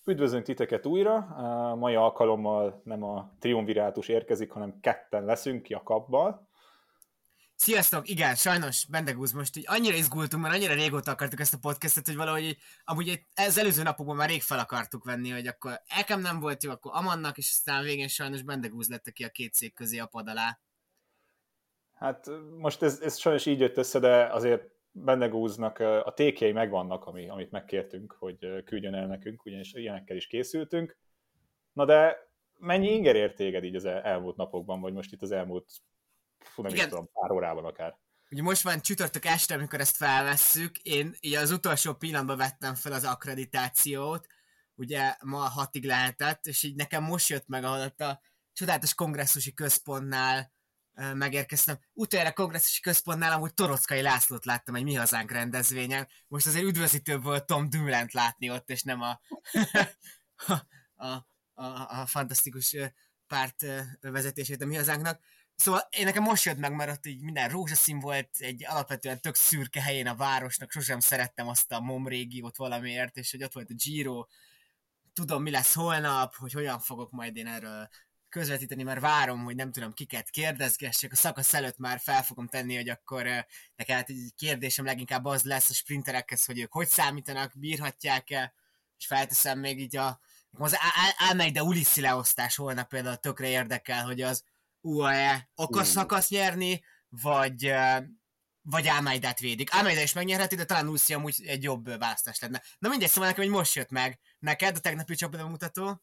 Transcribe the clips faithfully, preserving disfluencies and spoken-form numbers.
Üdvözlünk titeket újra, a mai alkalommal nem a triumvirátus érkezik, hanem ketten leszünk Jakabbal. Sziasztok! Igen, sajnos, Bendegúz, most így annyira izgultunk, mert annyira régóta akartuk ezt a podcastet, hogy valahogy így, amúgy az előző napokban már rég fel akartuk venni, hogy akkor Elkem nem volt jó, akkor Amannak, és aztán végén sajnos Bendegúz lett ki a két szék közé a pad alá. Hát most ez, ez sajnos így jött össze, de azért Bendegúznak a tékjei megvannak, ami, amit megkértünk, hogy küldjön el nekünk, ugyanis ilyenekkel is készültünk. Na de mennyi inger ért téged így az elmúlt napokban, vagy most itt az elmúlt, fú, nem is tudom, pár órában akár? Ugye most van csütörtök este, amikor ezt felvesszük, én így az utolsó pillanatban vettem fel az akkreditációt, ugye ma hatig lehetett, és így nekem most jött meg, ahol ott a csodálatos kongresszusi központnál uh, megérkeztem. Utoljára kongresszusi központnál amúgy Torockai Lászlót láttam egy Mi Hazánk rendezvényen. Most azért üdvözítőbb volt Tom Dumoulint látni ott, és nem a, a, a, a, a fantasztikus párt vezetését a Mi Hazánknak. Szóval én nekem most jött meg, mert ott így minden rózsaszín volt, egy alapvetően tök szürke helyén a városnak, sosem szerettem azt a MOM régiót valamiért, és hogy ott volt a Giro, tudom mi lesz holnap, hogy hogyan fogok majd én erről közvetíteni, mert várom, hogy nem tudom kiket kérdezgessek, a szakasz előtt már fel fogom tenni, hogy akkor nekem hát egy kérdésem leginkább az lesz a sprinterekhez, hogy ők hogy számítanak, bírhatják-e, és felteszem még így a az Almeida Ulissi leosztás holnap például tökre érdekel, hogy az u á e akar szakasz nyerni, vagy, vagy Almeidát védik. Almeida is megnyerheti, de talán Ulissi amúgy egy jobb választás lenne. Na mindegy, szóval nekem, hogy most jött meg. Neked a tegnapi csapatbemutató?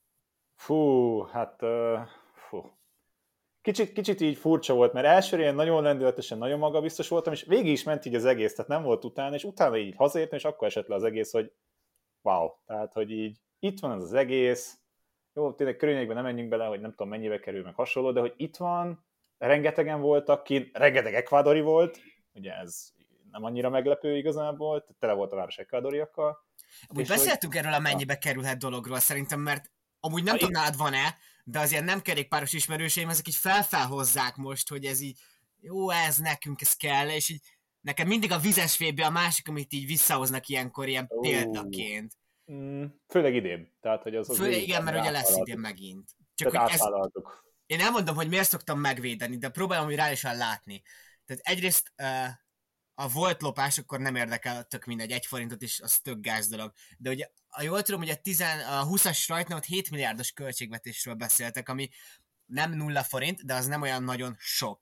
Fú, hát... Uh, fú. Kicsit, kicsit így furcsa volt, mert elsőre ilyen nagyon lendületesen, nagyon magabiztos voltam, és végig is ment így az egész, tehát nem volt utána, és utána így hazaértem, és akkor esett le az egész, hogy wow, tehát, hogy így itt van az az egész, jó, tényleg körülményekben nem menjünk bele, hogy nem tudom mennyibe kerül, meg hasonló, de hogy itt van, rengetegen voltak kint, rengeteg ekvádori volt, ugye ez nem annyira meglepő igazából, tele volt a város ekvádoriakkal. Amúgy beszéltünk hogy... erről a mennyibe kerülhet dologról szerintem, mert amúgy nem tudom, nálad van-e, de az ilyen nem kerékpáros ismerőseim, ezek így felfelhozzák most, hogy ez így, jó, ez nekünk, ez kell, és így nekem mindig a vizes fébbe a másik, amit így visszahoznak ilyenkor ilyen oh. példaként. Mm, főleg idén. Tehát, hogy az, az főleg igen, mert ugye lesz idén megint. Csak hogy ez, én elmondom, hogy miért szoktam megvédeni, de próbálom, hogy reálisan látni. Tehát egyrészt uh, a volt lopás, akkor nem érdekel, tök mindegy, egy forintot is, az tök gáz dolog. De ugye, ha jól tudom, ugye a húszas rajtnál ott hét milliárdos költségvetésről beszéltek, ami nem nulla forint, de az nem olyan nagyon sok.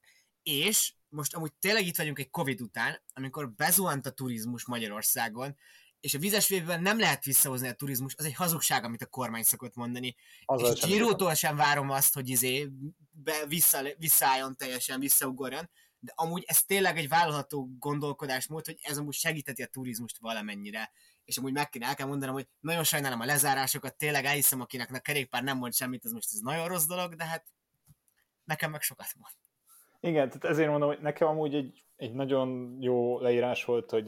És most amúgy tényleg itt vagyunk egy Covid után, amikor bezuhant a turizmus Magyarországon, és a vizes vébben nem lehet visszahozni a turizmus, az egy hazugság, amit a kormány szokott mondani. Azzal és Girótól sem várom azt, hogy izé be, vissza, visszaálljon teljesen, visszaugorjon, de amúgy ez tényleg egy vállalható gondolkodásmód, hogy ez amúgy segíteti a turizmust valamennyire. És amúgy meg kell, el kell mondanom, hogy nagyon sajnálom a lezárásokat, tényleg elhiszem, akinek a kerékpár nem mond semmit, ez most ez nagyon rossz dolog, de hát nekem meg sokat mond. Igen, tehát ezért mondom, hogy nekem amúgy egy, egy nagyon jó leírás volt, hogy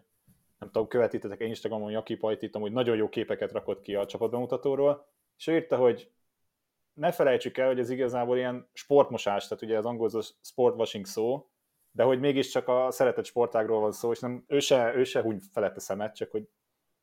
nem tudom, követítetek Instagramon Jaki Pajtit, amúgy nagyon jó képeket rakott ki a csapatbemutatóról, és ő írta, hogy ne felejtsük el, hogy ez igazából ilyen sportmosás, tehát ugye az angol sportwashing szó, de hogy mégiscsak a szeretett sportágról van szó, és nem, ő se, ő se huny felett a szemet, csak hogy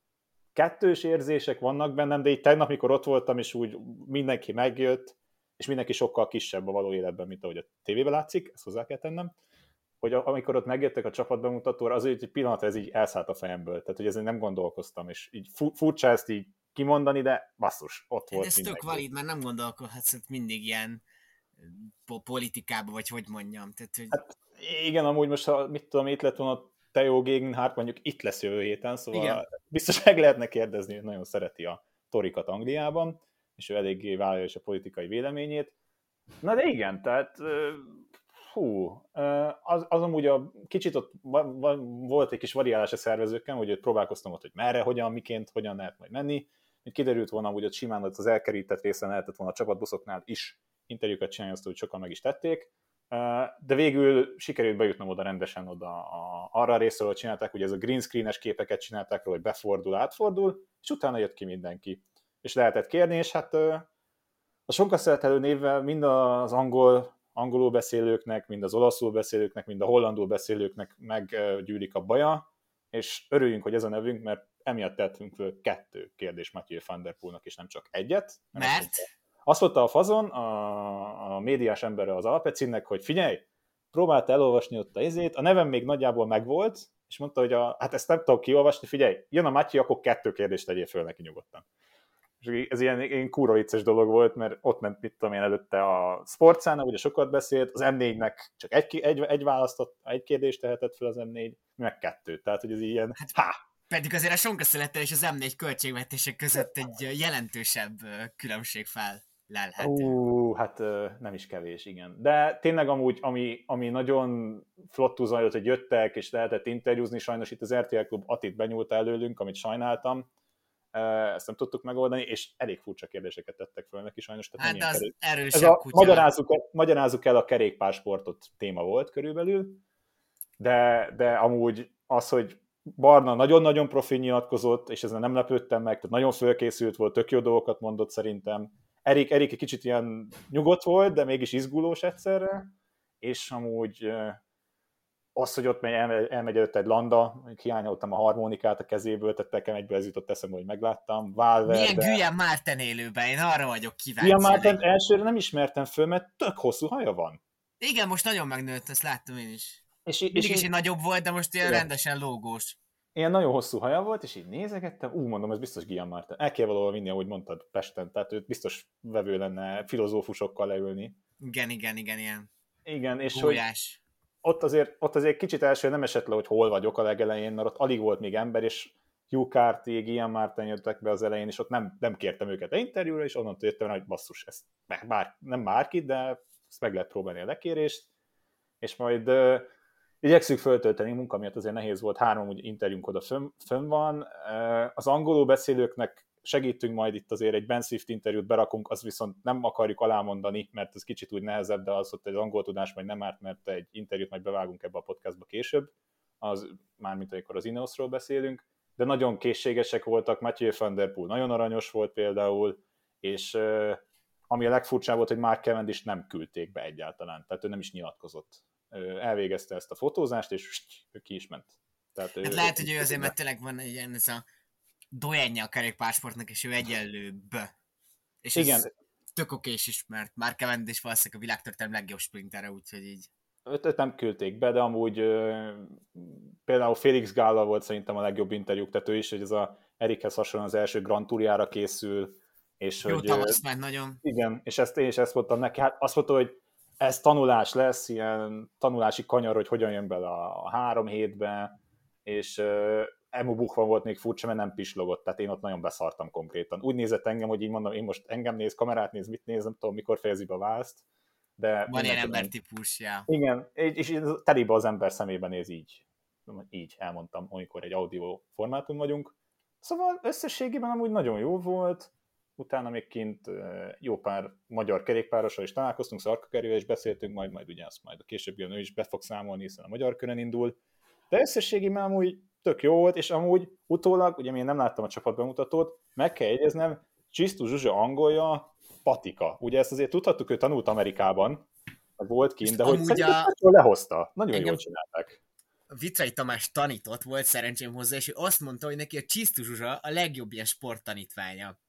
kettős érzések vannak bennem, de így tegnap, mikor ott voltam, és úgy mindenki megjött, és mindenki sokkal kisebb a való életben, mint ahogy a tévében látszik, ezt hozzá kell tennem, hogy amikor ott megjöttek a csapatbemutatóra, azért egy pillanatra ez így elszállt a fejemből, tehát hogy ezen nem gondolkoztam, és így furcsa ezt így kimondani, de basszus, ott volt ez mindenki. Tök valid, mert nem gondolkodhatsz mindig ilyen politikában, vagy hogy mondjam. Tehát, hogy... Hát igen, amúgy most, ha mit tudom, itt lett volna Theo Gegenhardt, mondjuk itt lesz jövő héten, szóval igen. Biztos meg lehetne kérdezni, hogy nagyon szereti a torikat Angliában, és ő eléggé vállalja is a politikai véleményét. Na de igen, tehát hú, az, az amúgy a kicsit ott volt egy kis variálás a szervezőkkel, hogy ott próbálkoztam ott, hogy merre, hogyan, miként, hogyan lehet majd menni. Mint kiderült volna, hogy ott simán ott az elkerített részen lehetett volna a csapatbuszoknál is interjúkat csinálni, azt, hogy sokan meg is tették. De végül sikerült bejutnom oda rendesen oda a, arra a részről, hogy csinálták, hogy ez a green screen-es képeket csinálták róla, hogy befordul, átfordul, és utána jött ki mindenki. És lehetett kérni, és hát a sokkal szeretelő névvel mind az angol, angolul beszélőknek, mind az olaszul beszélőknek, mind a hollandul beszélőknek meggyűlik a baja, és örüljünk, hogy ez a nevünk, mert emiatt tettünk föl kettő kérdést Mathieu van der Poelnak, és nem csak egyet. Mert? Azt mondta a fazon, a, a médiás embere az Alpecinnek, hogy figyelj, próbálta elolvasni ott a izét, a nevem még nagyjából megvolt, és mondta, hogy a, hát ezt nem tudom kiolvasni, figyelj, jön a Matyi, akkor kettő kérdést tegyél föl neki nyugodtan. És ez ilyen, ilyen kúra vicces dolog volt, mert ott ment, mit tudom én, előtte a Sportszának, ugye sokat beszélt, az em négynek csak egy, egy, egy választott, egy kérdést tehetett fel az em négy, meg kettő, tehát hogy ez ilyen, hát, há! Pedig azért a Sonka és az em négy költségvetések között egy jelentősebb különbség fel. Lelhető. Ú, hát nem is kevés, igen. De tényleg amúgy, ami, ami nagyon flottul zajlott, hogy jöttek, és lehetett interjúzni, sajnos itt az er té el Klub Atit benyúlta előlünk, amit sajnáltam, ezt nem tudtuk megoldani, és elég furcsa kérdéseket tettek föl neki sajnos. Hát az kerék... erősebb Ez a kutya. Magyarázzuk, magyarázzuk el a kerékpársportot téma volt körülbelül, de, de amúgy az, hogy Barna nagyon-nagyon profi nyilatkozott, és ezen nem lepődtem meg, tehát nagyon fölkészült volt, tök jó dolgokat mondott szerintem. Erik, Erik egy kicsit ilyen nyugodt volt, de mégis izgulós egyszerre, és amúgy az, hogy ott elmegy, elmegy előtt egy Landa, hiányoltam a harmonikát a kezéből, tehát nekem egyből ez jutott eszembe, hogy megláttam. Valverde. Milyen Guillaume Martin élőben, én arra vagyok kíváncsi. Guillaume Martin elsőre nem ismertem föl, mert tök hosszú haja van. Igen, most nagyon megnőtt, ezt láttam én is. És, Mindig és is én... egy nagyobb volt, de most ilyen rendesen lógós. Ilyen nagyon hosszú haja volt, és így nézegettem, ú, mondom, ez biztos Guillaume Martin. El kell valahol vinni, ahogy mondtad, Pesten, tehát őt biztos vevő lenne filozófusokkal leülni. Igen, igen, igen, ilyen. Igen, és Gólyás. hogy ott azért, ott azért kicsit első nem esett le, hogy hol vagyok a legelején, mert ott alig volt még ember, és Hugh Carty, Guillaume Martin jöttek be az elején, és ott nem, nem kértem őket interjúra, és onnantól jöttem, hogy basszus, ezt bár, nem bárkit, de ezt meg lehet próbálni a lekérést, és majd uh, igyekszünk föltölteni, munka miatt azért nehéz volt, három úgy interjúnk oda fönn, fönn van. Uh, az angolul beszélőknek segítünk majd itt azért egy Ben Swift interjút berakunk, az viszont nem akarjuk alámondani, mert ez kicsit úgy nehezebb, de az, hogy egy angol tudás majd nem árt, mert egy interjút majd bevágunk ebbe a podcastba később, az mármint amikor az Ineosról beszélünk, de nagyon készségesek voltak, Mathieu van der Poel nagyon aranyos volt például, és uh, ami a legfurcsább volt, hogy Mark Cavendish nem küldték be egyáltalán, tehát ő nem is nyilatkozott. Uh, elvégezte ezt a fotózást, és ő ki is ment. Tehát hát ő, lehet, hogy ő azért, mert tényleg van egy ilyen ez a dojenje a kerékpársportnak, és ő egyenlőbb. És igen. ez tök okés is, mert Mark Cavendish valószínűleg a világtörténelem legjobb sprintere, úgyhogy így. Őt, őt nem küldték be, de amúgy ö, például Félix Gállal volt szerintem a legjobb interjúk, tehát ő is, hogy ez a Erikhez hasonlóan az első Grand Tourjára készül. És jó hogy, tavasz ment nagyon. Igen, és ezt én is ezt mondtam neki, hát azt mondta, hogy ez tanulás lesz, ilyen tanulási kanyar, hogy hogyan jön bele a, a három hétbe, és uh, Emu Buchmann volt még furcsa, mert nem pislogott, tehát én ott nagyon beszartam konkrétan. Úgy nézett engem, hogy így mondom, én most engem néz, kamerát néz, mit néz, nem tudom, mikor fejezi be a választ. De van ilyen embertípus, ja. Igen, és telibe az ember szemében néz így. Így elmondtam, amikor egy audio formátum vagyunk. Szóval összességében amúgy nagyon jó volt, utána még kint jó pár magyar kerékpárossal is találkoztunk, Szarka Gerővel is beszéltünk, majd, majd ugye azt majd a későbbiben ő is be fog számolni, hiszen a magyar körön indul. De összességében amúgy tök jó volt, és amúgy utólag, ugye én nem láttam a csapatbemutatót, meg kell jegyeznem, Csisztu Zsuzsa angolja patika. Ugye ezt azért tudhattuk, ő tanult Amerikában, volt kint, de hogy szerintem a... lehozta. Nagyon engem... jól csinálták. Vitrai Tamás tanított, volt szerencsém hozzá, és ő azt mondta, hogy neki a Csisztu Zsuzsa a legjobb ilyen sporttanítványa.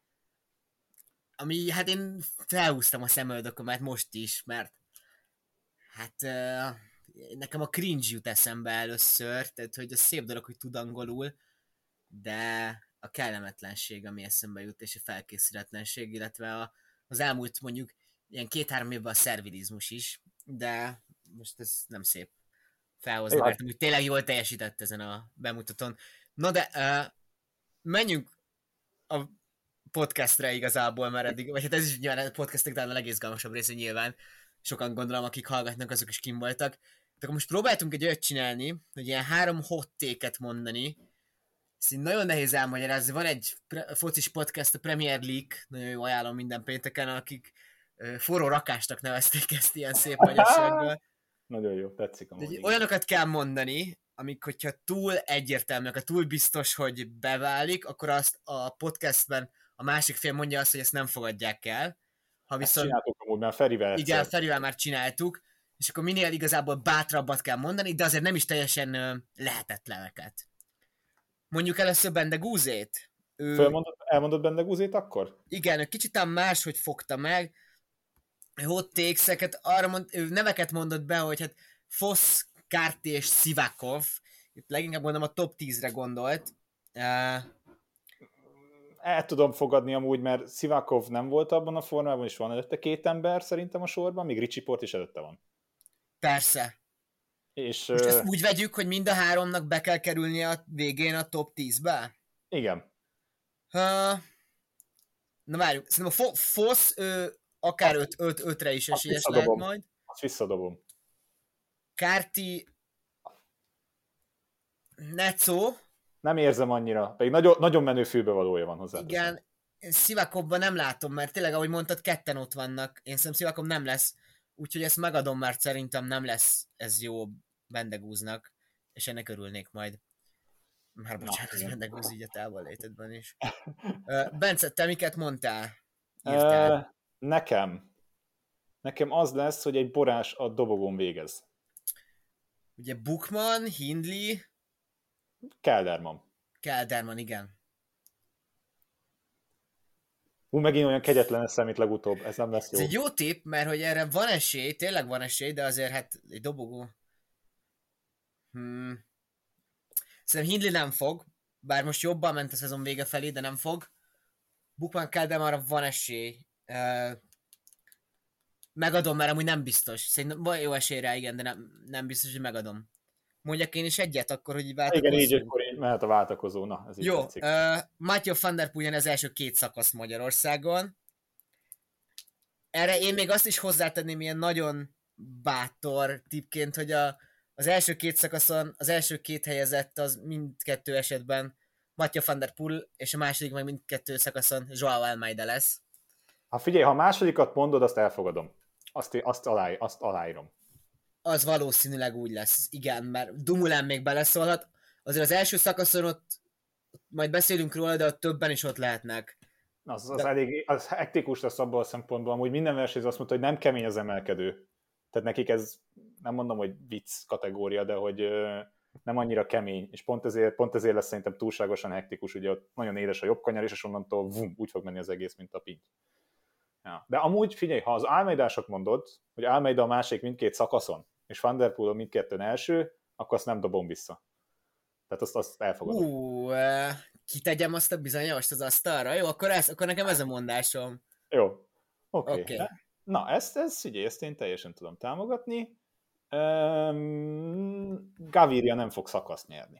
Ami, hát én felhúztam a szemöldökömet most is, mert hát uh, nekem a cringe jut eszembe először, tehát hogy az szép dolog, hogy tud angolul, de a kellemetlenség, ami eszembe jut, és a felkészületlenség, illetve a, az elmúlt mondjuk ilyen két-három évben a szervilizmus is, de most ez nem szép felhozni, mert úgy tényleg jól teljesített ezen a bemutatón. Na de uh, menjünk a podcastre igazából, mert eddig, vagy hát ez is nyilván a podcastek talán a legizgalmasabb része nyilván, sokan gondolom, akik hallgatnak, azok is kim voltak. De akkor most próbáltunk egy olyat csinálni, hogy ilyen három hot take-et mondani, ezt így nagyon nehéz elmagyarázni. Van egy pre- focis podcast, a Premier League, nagyon jó, ajánlom minden pénteken, akik uh, forró rakástak nevezték ezt ilyen szép magyarsággal. Nagyon jó, tetszik a mondani. Olyanokat kell mondani, amik, hogyha túl egyértelműek, ha túl biztos, hogy beválik, akkor azt a podcastben a másik fél mondja azt, hogy ezt nem fogadják el. Ha viszont... Ezt csináltuk amúgy, mert Ferivel igen, Ferivel már csináltuk, és akkor minél igazából bátrabbat kell mondani, de azért nem is teljesen uh, lehetetleneket. Mondjuk először Bendegúzét. Ő, Fölmondod, elmondod Bendegúzét akkor? igen, ő kicsit ám máshogy fogta meg. Hot takes-eket, arra mond, ő neveket mondott be, hogy hát Fosz, Kárti és Szivakov. Itt leginkább mondom a top tízre gondolt. Uh, El tudom fogadni amúgy, mert Szivakov nem volt abban a formában, és van előtte két ember szerintem a sorban, míg Ricsi Port is előtte van. Persze. És, most ezt úgy vegyük, hogy mind a háromnak be kell kerülnie a végén a top tízbe? Igen. Uh, na várjuk, szerintem a Fosz ő akár ötre is esélyes lehet majd. Azt visszadobom. Kárti... Necó. Nem érzem annyira, pedig nagyon, nagyon menő fülbevalója van hozzá. Igen, Szivakovban nem látom, mert tényleg, ahogy mondtad, ketten ott vannak. Én szerintem Szivakov nem lesz, úgyhogy ezt megadom, mert szerintem nem lesz ez jó Bendegúznak, és ennek örülnék majd. Már bocsánat, az Bendegúz így a távollétedben is. Uh, Bence, te miket mondtál? Uh, nekem. Nekem az lesz, hogy egy borás a dobogón végez. Ugye Bukman, Hindley... Kelderman. Kelderman, igen. Hú, megint olyan kegyetlen lesz, mint legutóbb. Ez nem lesz jó. Ez egy jó tipp, mert hogy erre van esély, tényleg van esély, de azért hát egy dobogó. Hmm. Szerintem Hindley nem fog, bár most jobban ment a szezon vége felé, de nem fog. Bukman Keldermanra van esély. Uh, megadom, mert amúgy nem biztos. Szerintem van jó esély rá, igen, de nem, nem biztos, hogy megadom. Mondjak én is egyet, akkor, hogy így váltakozó. Igen, így akkor így mehet a váltakozó. Na, ez így jó, uh, Matthew van der Poel az első két szakasz Magyarországon. Erre én még azt is hozzátenném ilyen nagyon bátor tippként, hogy a, az első két szakaszon, az első két helyezett az mindkettő esetben Matthew van der Poel, és a második meg mindkettő szakaszon Joao Almeida lesz. Ha figyelj, ha a másodikat mondod, azt elfogadom. Azt, azt, alá, azt aláírom. Az valószínűleg úgy lesz, igen, mert Dumoulin még beleszólhat. Azért az első szakaszon ott majd beszélünk róla, de ott többen is ott lehetnek. Az, az de... elég, az hektikus lesz abban a szempontból, amúgy minden versenyző azt mondta, hogy nem kemény az emelkedő. Tehát nekik ez, nem mondom, hogy vicc kategória, de hogy ö, nem annyira kemény, és pont ezért, pont ezért lesz szerintem túlságosan hektikus, ugye ott nagyon éles a jobb kanyar, és onnantól vum, úgy fog menni az egész, mint a pinty. Ja. De amúgy figyelj, ha az Almeidások mondod, hogy Almeida a másik mindkét szakaszon, és Van der Poel mindkettőn első, akkor azt nem dobom vissza. Tehát azt, azt elfogadom. Ú, uh, kitegyem azt a bizonyost az asztalra? Jó, akkor, ez, akkor nekem ez a mondásom. Jó, oké. Okay. Okay. Na, ezt, ezt, figyelj, ezt én teljesen tudom támogatni. Um, Gaviria nem fog szakaszt nyerni.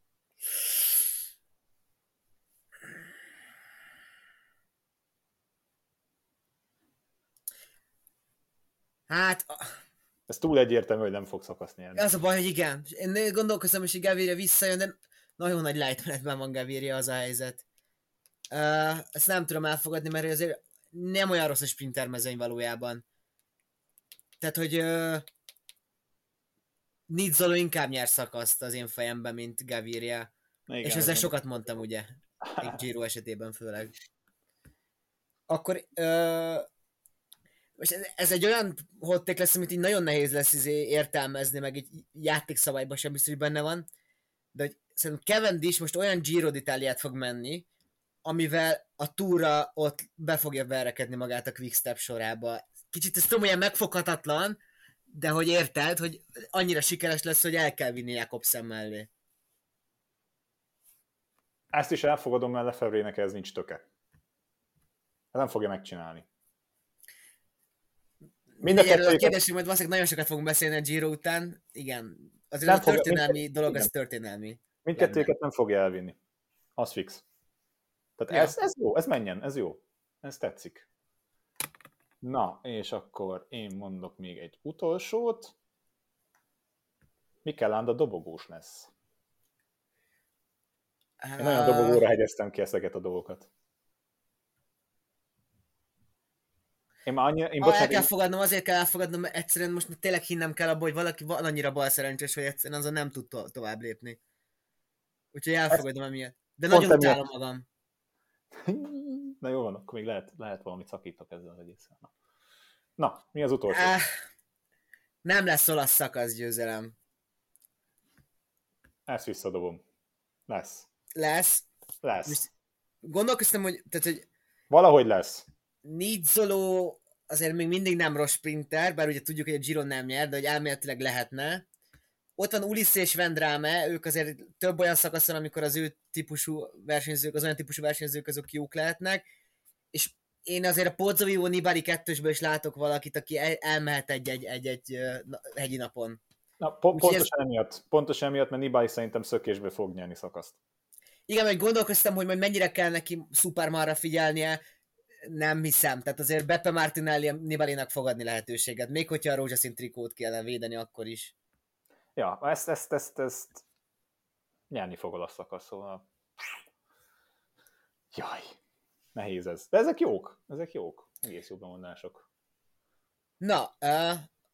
Hát... Ez túl egyértelmű, hogy nem fog szakaszt nyerni. Az a baj, hogy igen. Én gondolkoztam is, hogy Gaviria visszajön, de nagyon nagy lejtmenetben van Gaviria, az a helyzet. Uh, ezt nem tudom elfogadni, mert azért nem olyan rossz a sprinter mezőny valójában. Tehát, hogy uh, Nizzolo inkább nyer szakaszt az én fejemben, mint Gaviria. Igen, és ezzel sokat mondtam, ugye? Egy Giro esetében főleg. Akkor... Uh, most ez, ez egy olyan hot take lesz, amit így nagyon nehéz lesz izé értelmezni, meg egy játékszabályban sem biztos, hogy benne van, de hogy szerintem Cavendish most olyan Giro d'Italiát fog menni, amivel a túra ott be fogja verekedni magát a Quickstep sorába. Kicsit ez tudom, olyan megfoghatatlan, de hogy érted, hogy annyira sikeres lesz, hogy el kell vinni Jakobsen mellé. Ezt is elfogadom, mert Lefebvre-nek ez nincs töke. Ez nem fogja megcsinálni. Mind a kettő... A kérdésünk, majd valószínűleg nagyon sokat fogunk beszélni a Giro után. Igen, azért nem a történelmi fogja, dolog, az történelmi. Mindkettőket nem fogja elvinni. Az fix. Tehát ja. ez, ez jó, ez menjen, ez jó. Ez tetszik. Na, és akkor én mondok még egy utolsót. Mikel Landa dobogós lesz. Én nagyon dobogóra hegyeztem ki ezeket a dolgokat. Én már annyi, én bocsánat, el kell én... fogadnom, azért kell elfogadnom, mert egyszerűen most tényleg hinnem kell abba, hogy valaki annyira balszerencsés, hogy egyszerűen azon nem tud to- tovább lépni. Úgyhogy elfogadom Ezt... emiatt. De nagyon utálom magam. Na jó van, akkor még lehet, lehet valamit szakítok ezzel az egészen. Na, Na mi az utolsó? Uh, nem lesz olasz szakasz győzelem. Ezt visszadobom. Lesz. Lesz. Lesz. Most gondolkoztam, hogy, tehát, hogy Valahogy lesz. Nizzolo azért még mindig nem rossz sprinter, bár ugye tudjuk, hogy a Giron nem nyer, de hogy elméletileg lehetne. Ott van Ulissi és Vendrame, ők azért több olyan szakaszon, amikor az ő típusú versenyzők, az olyan típusú versenyzők azok jók lehetnek, és én azért a Pozzovivo Nibali kettősből is látok valakit, aki el, elmehet egy-egy, egy-egy hegyi napon. Na, po- pontosan, ez... emiatt, pontosan emiatt, mert Nibali szerintem szökésből fog nyerni szakaszt. Igen, meg gondolkoztam, hogy majd mennyire kell neki szupermarra figyelnie, nem hiszem. Tehát azért Beppe Martinelli Nibalinak fogadni lehetőséget, még hogyha a rózsaszín trikót kellene védeni akkor is. Ja, ezt, ezt, ezt, ezt nyerni fogod a szakasz, szóval... Jaj, nehéz ez. De ezek jók, ezek jók. Egész jó bemondások. Na, uh,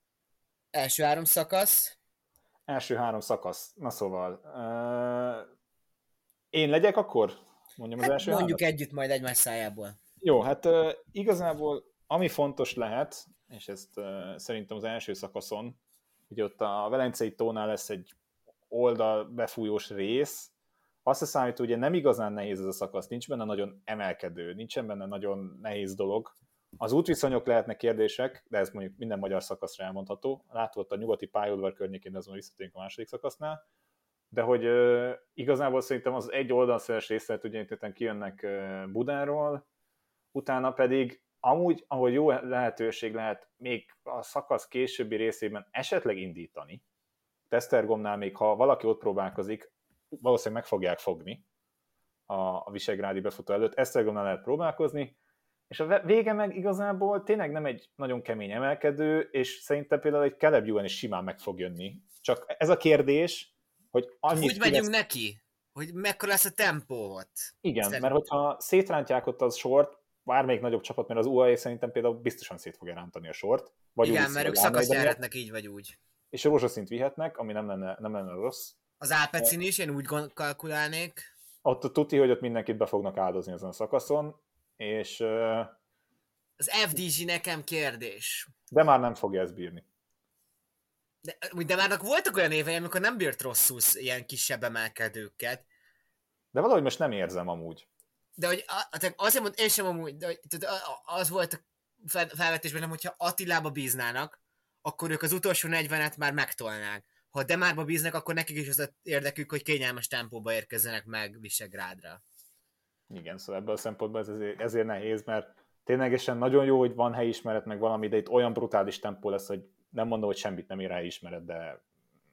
első három szakasz. Első három szakasz. Na szóval... Uh, én legyek akkor? Mondjam az hát első mondjuk három? együtt majd egymás szájából. Jó, hát uh, igazából ami fontos lehet, és ezt uh, szerintem az első szakaszon, hogy ott a Velencei tónál lesz egy oldal befújós rész, azt számít, hogy ugye nem igazán nehéz ez a szakasz, nincs benne nagyon emelkedő, nincsen benne nagyon nehéz dolog. Az útviszonyok lehetnek kérdések, de ez mondjuk minden magyar szakaszra elmondható. Látod a nyugati pályaudvar környékén, de azon visszatérünk a második szakasznál. De hogy uh, igazából szerintem az egy oldalszeres részlet, ugye itt kijönnek uh, Budáról, utána pedig amúgy, ahogy jó lehetőség lehet még a szakasz későbbi részében esetleg indítani, Esztergomnál még ha valaki ott próbálkozik, valószínűleg meg fogják fogni a, a visegrádi befutó előtt, Esztergomnál lehet próbálkozni, és a vége meg igazából tényleg nem egy nagyon kemény emelkedő, és szerintem például egy Caleb Ewan is simán meg fog jönni. Csak ez a kérdés, hogy annyit... Hogy megyünk lesz... neki? Hogy mekkora lesz a tempó ott? Igen, szerintem. Mert hogyha szétrántják ott az sort, bármelyik nagyobb csapat, mert az u á é szerintem például biztosan szét fogja rántani a sort. Vagy igen, mert ők szakaszjáratnak így vagy úgy. És rózsaszínt vihetnek, ami nem lenne, nem lenne rossz. Az Alpecin is, én úgy kalkulálnék. Ott a tuti, hogy ott mindenkit be fognak áldozni ezen a szakaszon, és... Uh, az ef dé gé nekem kérdés. De már nem fogja ezt bírni. De, de már voltak olyan évei, amikor nem bírt rosszul ilyen kisebb emelkedőket. De valahogy most nem érzem amúgy. De hogy azért mondom, én sem amúgy, de az volt a felvetésben, nem, hogyha Attilába bíznának, akkor ők az utolsó negyvenet már megtolnák. Ha Demárba bíznak, akkor nekik is az érdekük, hogy kényelmes tempóba érkezzenek meg Visegrádra. Igen, szóval ebből a szempontból ez ezért, ezért nehéz, mert ténylegesen nagyon jó, hogy van helyismeret, meg valami, de itt olyan brutális tempó lesz, hogy nem mondom, hogy semmit nem ér a helyismeret, de...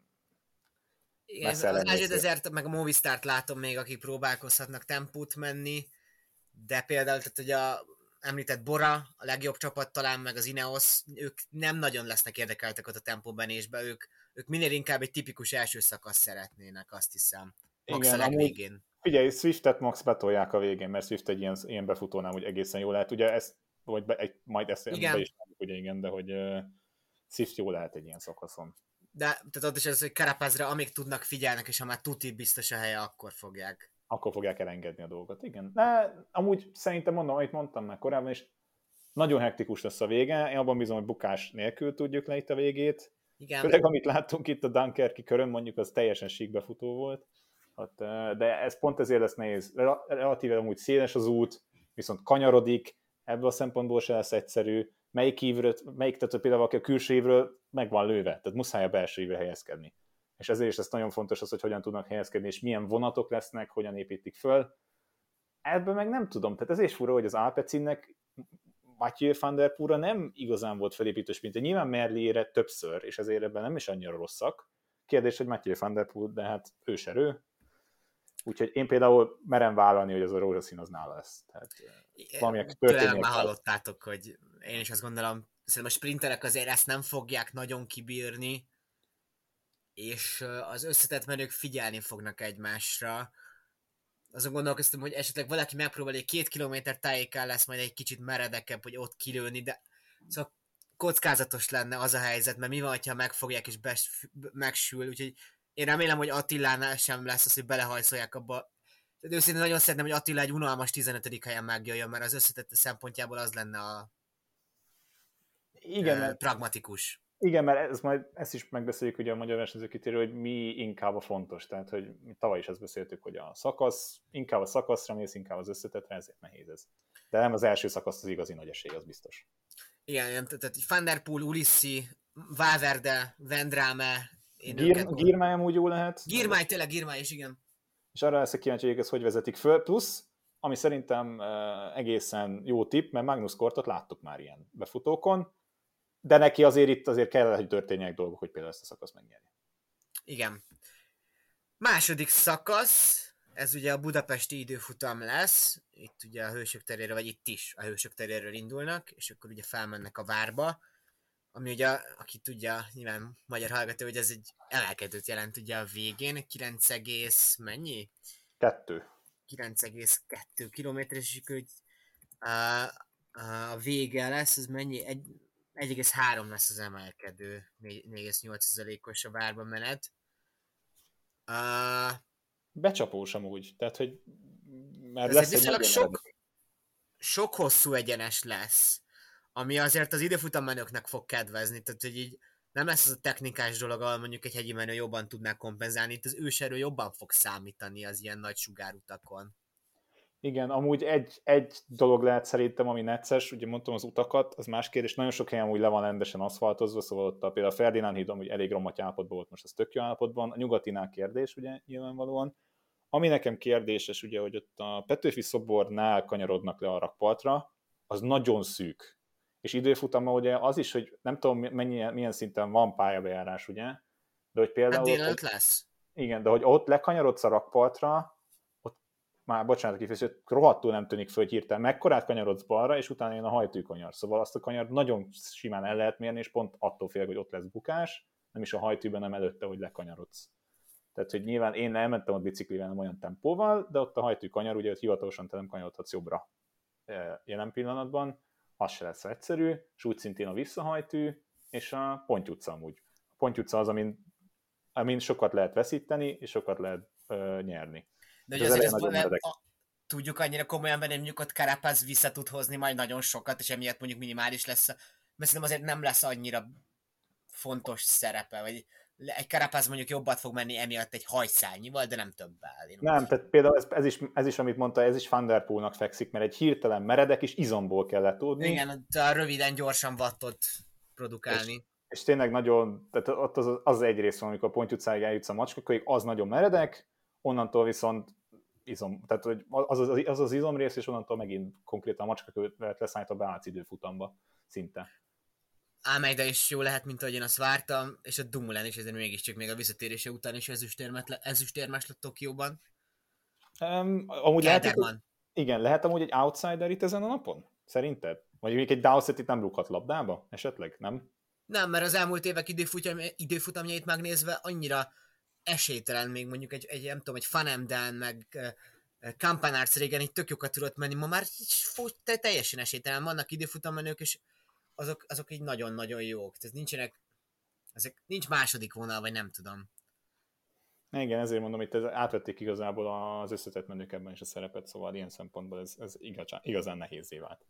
Igen, az Ázsia Desert, meg a Movistart látom még, akik próbálkozhatnak tempót menni, de például, tehát, hogy a említett Bora, a legjobb csapat talán, meg az Ineos, ők nem nagyon lesznek érdekeltek ott a tempóbenésbe, ők, ők minél inkább egy tipikus első szakasz szeretnének, azt hiszem. Max igen, a legvégén. Amúgy, figyelj, Swiftet max betolják a végén, mert Swift egy ilyen, ilyen befutónál úgy egészen jó lehet. Ugye ezt, vagy be, egy, majd ezt be is mondjuk, ugye igen, de hogy uh, Swift jó lehet egy ilyen szakaszon. De tehát ott is az, hogy Carapazra amíg tudnak figyelnek, és ha már tuti biztos a helye, akkor fogják. Akkor fogják elengedni a dolgot, igen. De amúgy szerintem mondom, amit mondtam már korábban is, nagyon hektikus lesz a vége, én abban bízom, hogy bukás nélkül tudjuk le itt a végét. Igen. Főleg amit láttunk itt a Dunkerque körön, mondjuk az teljesen sík befutó volt. Hát, de ez pont ezért lesz nehéz. Relatíve amúgy széles az út, viszont kanyarodik, ebből a szempontból se lesz egyszerű. Melyik ívről, melyik, tehát például aki a külső ívről meg van lőve, tehát muszáj a belső ívre helyezkedni. És ezért is ez nagyon fontos az, hogy hogyan tudnak helyezkedni, és milyen vonatok lesznek, hogyan építik föl. Ebből meg nem tudom, tehát ez is fura, hogy az Alpecinnek Mathieu van der Poelra nem igazán volt felépítő sprinter. Nyilván Merlier-re többször, és ezért ebben nem is annyira rosszak. Kérdés, hogy Mathieu van der Poel, de hát őserő. Úgyhogy én például merem vállalni, hogy ez a rózsaszín az nála lesz. Tehát valamiek történnek. Már hallottátok, hogy én is azt gondolom, szerintem a sprinterek azért ezt nem fogják nagyon kibírni, és az összetett menők figyelni fognak egymásra. Azon gondolkoztam, hogy esetleg valaki megpróbál egy két kilométer tájékán lesz majd egy kicsit meredekebb, hogy ott kilőni, de szóval kockázatos lenne az a helyzet, mert mi van, ha megfogják és bes- megsül, úgyhogy én remélem, hogy Attilánál sem lesz az, hogy belehajszolják abba. De őszintén nagyon szeretném, hogy Attila egy unalmas tizenötödik helyen megjöjjön, mert az összetett szempontjából az lenne a igen, e, pragmatikus. Igen, mert ez majd, ezt is megbeszéljük ugye a magyar versenyzőkitérő, hogy mi inkább a fontos. Tehát, hogy mi tavaly is ezt beszéltük, hogy a szakasz, inkább a szakaszra mész, inkább az összetetre, ezért nehéz ez. De nem az első szakasz az igazi nagy esély, az biztos. Igen, tehát Van der Poel, Ulissi, Valverde, Vendrame, Girmay amúgy jó lehet. Girmay, tényleg Girmay is, igen. És arra leszek kíváncsi, hogy ezt hogy vezetik föl. Plusz, ami szerintem uh, egészen jó tipp, mert Magnus Kortot láttuk már ilyen befutókon, de neki azért itt azért kell, hogy történjenek dolgok, hogy például ezt a szakaszt megnyerje. Igen. Második szakasz, ez ugye a budapesti időfutam lesz, itt ugye a Hősök terére, vagy itt is a Hősök teréről indulnak, és akkor ugye felmennek a Várba, ami ugye, aki tudja, nyilván magyar hallgató, hogy ez egy emelkedőt jelent ugye a végén, kilenc egész mennyi? Kettő. kilenc egész kettő kilométer, és hogy a, a vége lesz, az mennyi? egy egész három lesz az emelkedő, négy egész nyolc százalékos a Várba menet. Uh, Becsapós amúgy, tehát, hogy mert lesz egy viszonylag sok, sok hosszú egyenes lesz, ami azért az időfutammenőknek fog kedvezni, tehát hogy így nem lesz az a technikás dolog, ahol mondjuk egy hegyi menő jobban tudná kompenzálni, itt az őserő jobban fog számítani az ilyen nagy sugárutakon. Igen, amúgy egy, egy dolog lehet szerintem, ami necces, ugye mondtam az utakat, az más kérdés, nagyon sok helyen úgy le van rendesen aszfaltozva, szóval ott a, például a Ferdinánd híd amúgy elég romlott állapotban volt, most az tök jó állapotban, a nyugatinál kérdés, ugye nyilvánvalóan. Ami nekem kérdéses, ugye, hogy ott a Petőfi szobornál kanyarodnak le a rakpartra, az nagyon szűk. És időfutama ugye az is, hogy nem tudom mennyi, milyen szinten van pályabejárás, ugye, de hogy például... Hát délelőtt lesz. Igen, de hogy ott lekanyarodsz a rakpartra, már bocsánat, kifejezés, rohadtul nem tűnik föl, hogy hirtelen mekkorát kanyarodsz balra, és utána jön a hajtűkanyar. Szóval azt a kanyar nagyon simán el lehet mérni, és pont attól félek, hogy ott lesz bukás, nem is a hajtűben, nem előtte, hogy lekanyarodsz. Tehát, hogy nyilván én elmentem a biciklivel nem olyan tempóval, de ott a hajtűkanyar, ugye ott hivatalosan te nem kanyarodhatsz jobbra jelen pillanatban, az se lesz egyszerű, és úgy szintén a visszahajtű, és a Ponty utca amúgy. A Ponty utca az, amin, amin sokat lehet veszíteni, és sokat lehet ö, nyerni. De hogy azért ez nem, a, tudjuk annyira komolyan venni, mondjuk ott Carapaz vissza tud hozni majd nagyon sokat, és emiatt mondjuk minimális lesz, mert szerintem azért nem lesz annyira fontos szerepe, vagy egy Carapaz mondjuk jobbat fog menni emiatt egy hajszálnyival, de nem többel. Nem, tehát például ez, ez, is, ez is, amit mondta, ez is Van der Poelnak fekszik, mert egy hirtelen meredek és izomból kellett tudni. Igen, ott a röviden, gyorsan wattot produkálni. És, és tényleg nagyon, tehát ott az, az egy rész van, amikor a Ponty utcáig eljutsz a macskakörig, az nagyon meredek, onnantól viszont izom, tehát hogy az, az, az az izomrész, és onnantól megint konkrétan a macskakövet leszállít a beállt időfutamba szinte. Almeida is jó lehet, mint ahogy én azt vártam, és a Dumoulin is ezért mégiscsak még a visszatérése után is ezüstérmes lett Tokióban. Um, amúgy lehet, hogy, igen, lehet amúgy egy outsider itt ezen a napon? Szerinted? Vagy még egy Dowsett itt nem rúghat labdába? Esetleg, nem? Nem, mert az elmúlt évek időfutamjait megnézve annyira esélytelen még mondjuk egy, egy nem tudom, egy Van Emden, meg uh, Campanarts régen így tök jókat tudott menni, ma már te, teljesen esélytelen. Vannak időfutammenők, és azok, azok így nagyon-nagyon jók. Tehát nincsenek, ezek nincs második vonal, vagy nem tudom. Igen, ezért mondom, itt átvették igazából az összetett menők ebben is a szerepet, szóval ilyen szempontból ez, ez igazán, igazán nehézzé vált.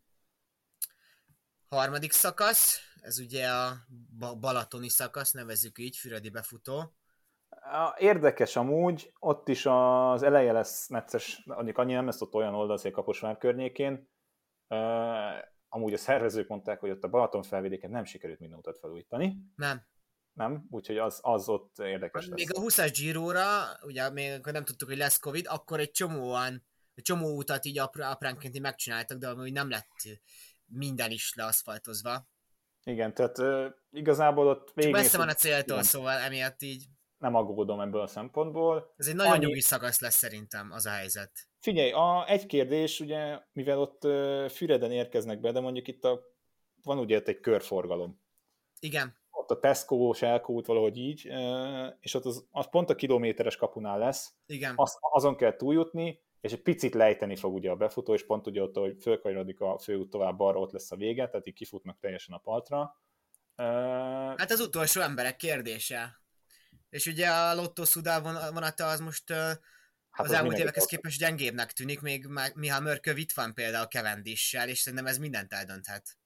Harmadik szakasz, ez ugye a balatoni szakasz, nevezzük így, füredi befutó. Érdekes amúgy, ott is az eleje lesz necces, mondjuk annyi nem lesz ott olyan oldalszél Kaposvár környékén. Amúgy a szervezők mondták, hogy ott a Balaton felvidéken nem sikerült minden utat felújítani. Nem. Nem, úgyhogy az, az ott érdekes lesz. Még a húszas Giróra, ugye még akkor nem tudtuk, hogy lesz Covid, akkor egy csomóan, egy csomó utat így apránként így megcsináltak, de amúgy nem lett minden is leaszfaltozva. Igen, tehát uh, igazából ott végig... Csak messze van a céltól, igen. Szóval emiatt így... Nem aggódom ebből a szempontból. Ez egy nagyon Annyi... nyugi szakasz lesz szerintem, az a helyzet. Figyelj, a, egy kérdés, ugye, mivel ott uh, Füreden érkeznek be, de mondjuk itt a, van ugye egy körforgalom. Igen. Ott a Tesco, Selco út valahogy így, uh, és ott az, az pont a kilométeres kapunál lesz. Igen. Az, azon kell túljutni, és egy picit lejteni fog ugye a befutó, és pont ugye ott, hogy fölkanyarodik a főút tovább balra, ott lesz a vége, tehát így kifutnak teljesen a partra. Uh, hát az utolsó emberek kérdése. És ugye a Lotto Soudal vonata az most uh, hát az, az elmúlt évekhez képest gyengébbnek tűnik, még Mihály Mörköv itt van például Cavendish-sel, és szerintem ez mindent eldönthet.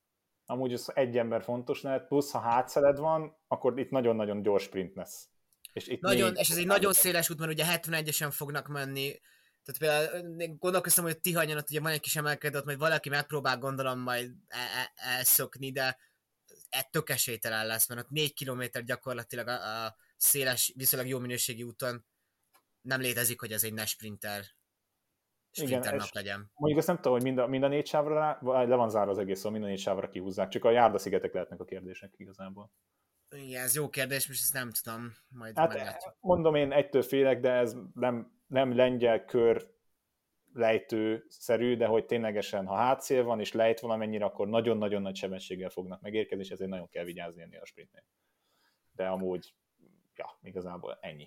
amúgy az egy ember fontos lehet, plusz ha hátszeled van, akkor itt nagyon-nagyon gyors sprint lesz. És, itt nagyon, és ez egy nagyon széles út, mert ugye hetvenegyesen fognak menni. Tehát például gondolkoztam, hogy Tihanyon ugye van egy kis emelkedő, ott majd valaki megpróbál gondolom majd elszökni, de tök esélytelen lesz, mert ott négy kilométer gyakorlatilag a, a széles, viszonylag jó minőségi úton nem létezik, hogy ez egy ne sprinter, sprinter igen, nap legyen. Mondjuk azt nem tudom, hogy mind a, mind a négy sávra le van zárva az egész, szóval mind a négy sávra kihúzzák, csak a járdaszigetek lehetnek a kérdések igazából. Igen, ez jó kérdés, most ezt nem tudom, majd hát meglátjuk. Mondom, én egytől félek, de ez nem, nem lengyel kör lejtő-szerű, de hogy ténylegesen, ha hátszél van és lejt valamennyire, akkor nagyon-nagyon nagy sebességgel fognak megérkezni, és ezért nagyon kell vigyázni ennél a sprintnél. De amúgy, ja, igazából ennyi.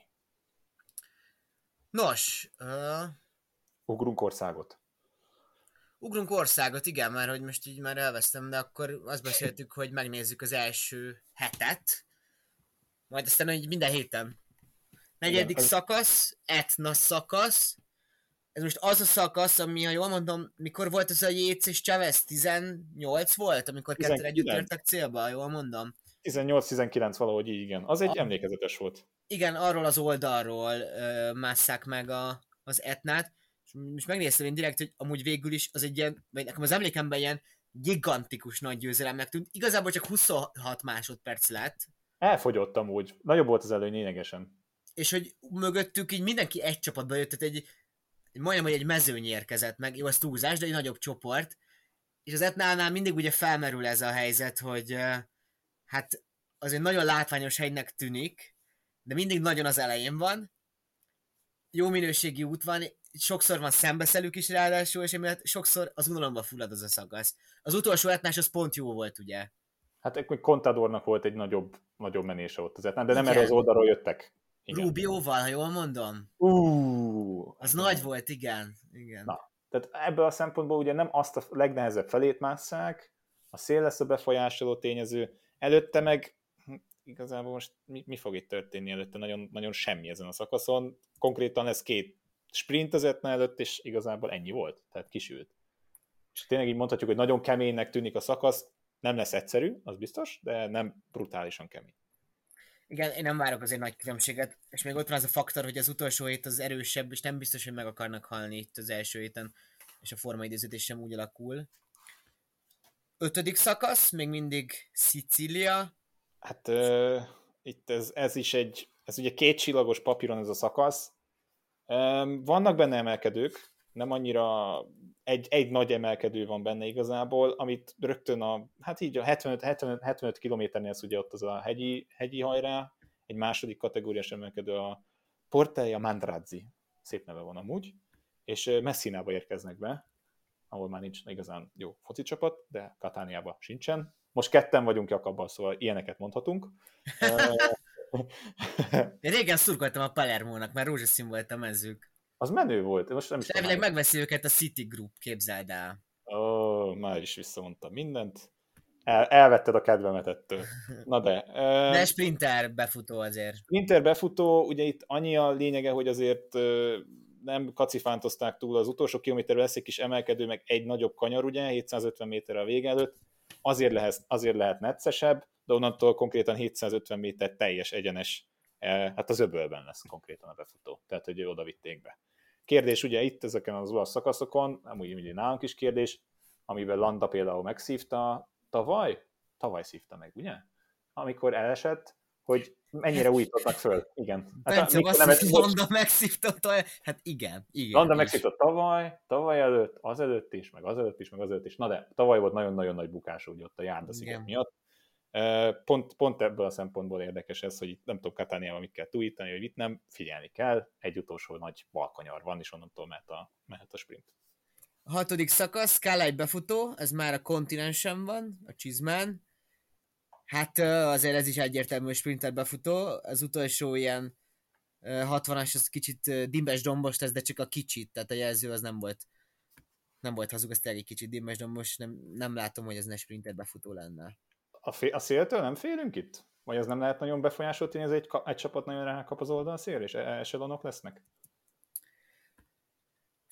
Nos, uh... ugrunk országot. Ugrunk országot, igen, mert hogy most így már elvesztem, de akkor azt beszéltük, hogy megnézzük az első hetet, majd aztán hogy minden héten. Negyedik igen, szakasz, Etna szakasz, ez most az a szakasz, ami, ha jól mondom, mikor volt az a Yates és Chavez? tizennyolc volt, amikor kettő együtt értek célba, jól mondom? tizennyolc-tizenkilenc valahogy így, igen. Az egy a... emlékezetes volt. Igen, arról az oldalról ö, másszák meg a, az Etnát, és most megnéztem én direkt, hogy amúgy végül is az egy ilyen, vagy nekem az emlékemben ilyen gigantikus nagy győzelemnek tűnt. Igazából csak huszonhat másodperc lett. Elfogyott amúgy. Nagyobb volt az előny lényegesen. És hogy mögöttük így mindenki egy csapatba jött, tehát egy, egy majdnem, hogy egy mezőny érkezett meg. Jó, az túlzás, de egy nagyobb csoport. És az Etnánál mindig ugye felmerül ez a helyzet, hogy uh, hát azért nagyon látványos hegynek tűnik, de mindig nagyon az elején van. Jó minőségi út van, sokszor van szembeszelők is ráadásul, és emiatt sokszor az unalomba fullad az a szakasz. Az utolsó Etnás az pont jó volt, ugye? Hát Contadornak volt egy nagyobb, nagyobb menése ott az Etnán, de nem igen. Erre az oldalról jöttek. Igen. Rubióval, ha jól mondom. Uh, az nagy nem. volt, igen. igen. Na, tehát ebből a szempontból ugye nem azt a legnehezebb felét másszák, a szél lesz a befolyásoló tényező, előtte meg igazából most mi, mi fog itt történni előtte? Nagyon, nagyon semmi ezen a szakaszon. Konkrétan lesz két sprint az Etna előtt, és igazából ennyi volt, tehát kisült. És tényleg így mondhatjuk, hogy nagyon keménynek tűnik a szakasz, nem lesz egyszerű, az biztos, de nem brutálisan kemény. Igen, én nem várok azért nagy különbséget, és még ott van az a faktor, hogy az utolsó hét az erősebb, és nem biztos, hogy meg akarnak halni itt az első héten, és a formaidőzítés sem úgy alakul. Ötödik szakasz, még mindig Szicília. Hát uh, itt ez, ez is egy, ez ugye két csillagos papíron ez a szakasz. Um, vannak benne emelkedők, nem annyira egy, egy nagy emelkedő van benne igazából, amit rögtön a, hát így a hetvenöt kilométernél ez ugye ott az a hegyi, hegyi hajrá, egy második kategóriás emelkedő a Portella Mandrazzi, szép neve van amúgy, és Messinába érkeznek be, ahol már nincs igazán jó foci csapat, de Katániában sincsen. Most ketten vagyunk Jakabban, szóval ilyeneket mondhatunk. Én régen szurkoltam a Palermónak, mert rózsaszín volt a mezők. Az menő volt. Most nem is elvileg megveszi őket a City Group, képzeld el. Ó, oh, már is visszamondtam mindent. El, elvetted a kedvemet ettől. Na de. De sprinter befutó azért. Sprinter befutó, ugye itt annyi a lényege, hogy azért nem kacifántozták túl az utolsó kilométerre, lesz egy kis emelkedő, meg egy nagyobb kanyar, ugye, hétszázötven méterre a vége előtt. Azért lehet, azért lehet neccesebb, de onnantól konkrétan hétszázötven méter teljes egyenes, hát az öbölben lesz konkrétan a befutó, tehát hogy oda vitték be. Kérdés ugye itt ezeken az olasz szakaszokon, amúgy ugye nálunk is kérdés, amiben Landa például megszívta tavaly, tavaly szívta meg, ugye? Amikor elesett, hogy mennyire újítottak föl. Igen. Hát, Bence, azt nem hiszem, Landa megszívta tavaly, hát igen. igen Landa megszívta tavaly, tavaly előtt, az előtt is, meg az előtt is, meg az előtt is. Na de tavaly volt nagyon-nagyon nagy bukás úgy ott a járdasziget miatt. Pont, pont ebből a szempontból érdekes ez, hogy itt nem tudom Katániában mit kell túlítani, hogy itt nem figyelni kell, egy utolsó nagy balkanyar van, és onnantól mehet a, mehet a sprint. A hatodik szakasz, kell egy befutó, ez már a kontinensen van, a Csizmán. Hát azért ez is egyértelmű, hogy sprinter befutó, az utolsó ilyen hatvanas, az kicsit dimbes dombos lesz, de csak a kicsit, tehát a jelző az nem volt, nem volt hazug, az tényleg egy kicsit dimbes dombos, nem, nem látom, hogy ez ne sprinter befutó lenne. A, fél, a széltől nem félünk itt? Vagy ez nem lehet nagyon befolyásolt, hogy ez egy, egy csapat nagyon rákap az oldal szél, és eselonok lesznek?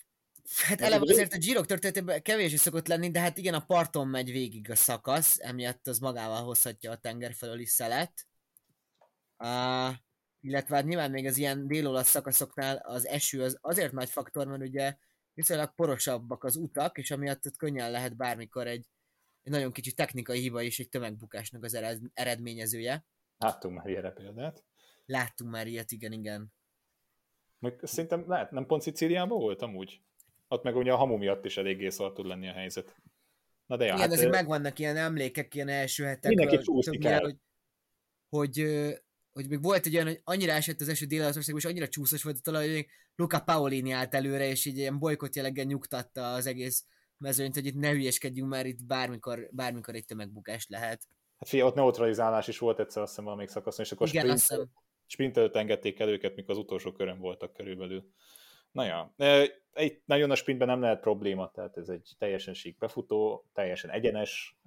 Hát eleve azért a Girok történetében kevésbé szokott lenni, de hát igen, a parton megy végig a szakasz, emiatt az magával hozhatja a tenger felőli szelet. Uh, illetve hát nyilván még az ilyen délolasz szakaszoknál az eső az azért nagy faktor, mert ugye viszonylag porosabbak az utak, és amiatt ott könnyen lehet bármikor egy, egy nagyon kicsi technikai hiba és egy tömegbukásnak az ered, eredményezője. Láttunk már ilyenre példát. Láttunk már ilyet, igen, igen. Még szerintem lehet, nem pont Szicíliában volt amúgy? Ott meg ugye a hamu miatt is eléggé szar tud lenni a helyzet. Na de ja, igen, hát, azért megvannak ilyen emlékek, ilyen első hetek. Mindenki csúszik el. Hogy, hogy, hogy még volt egy olyan, hogy annyira esett az eső Dél-Olaszországban, és annyira csúszos volt a talaj, hogy Luca Paolini állt előre, és így ilyen bolykott jelleggel nyugtatta az egész mezőnyt, hogy itt ne hülyeskedjünk, már itt bármikor, bármikor egy tömegbukás lehet. Hát figyelj, ott neutralizálás is volt egyszer, azt hiszem valamelyik szakaszon, és akkor igen, sprint, azt hiszem. sprint előtt engedték el őket, mikor az utolsó körön voltak körülbelül. Na ja, egy nagyon a sprintben nem lehet probléma, tehát ez egy teljesen sík befutó, teljesen egyenes.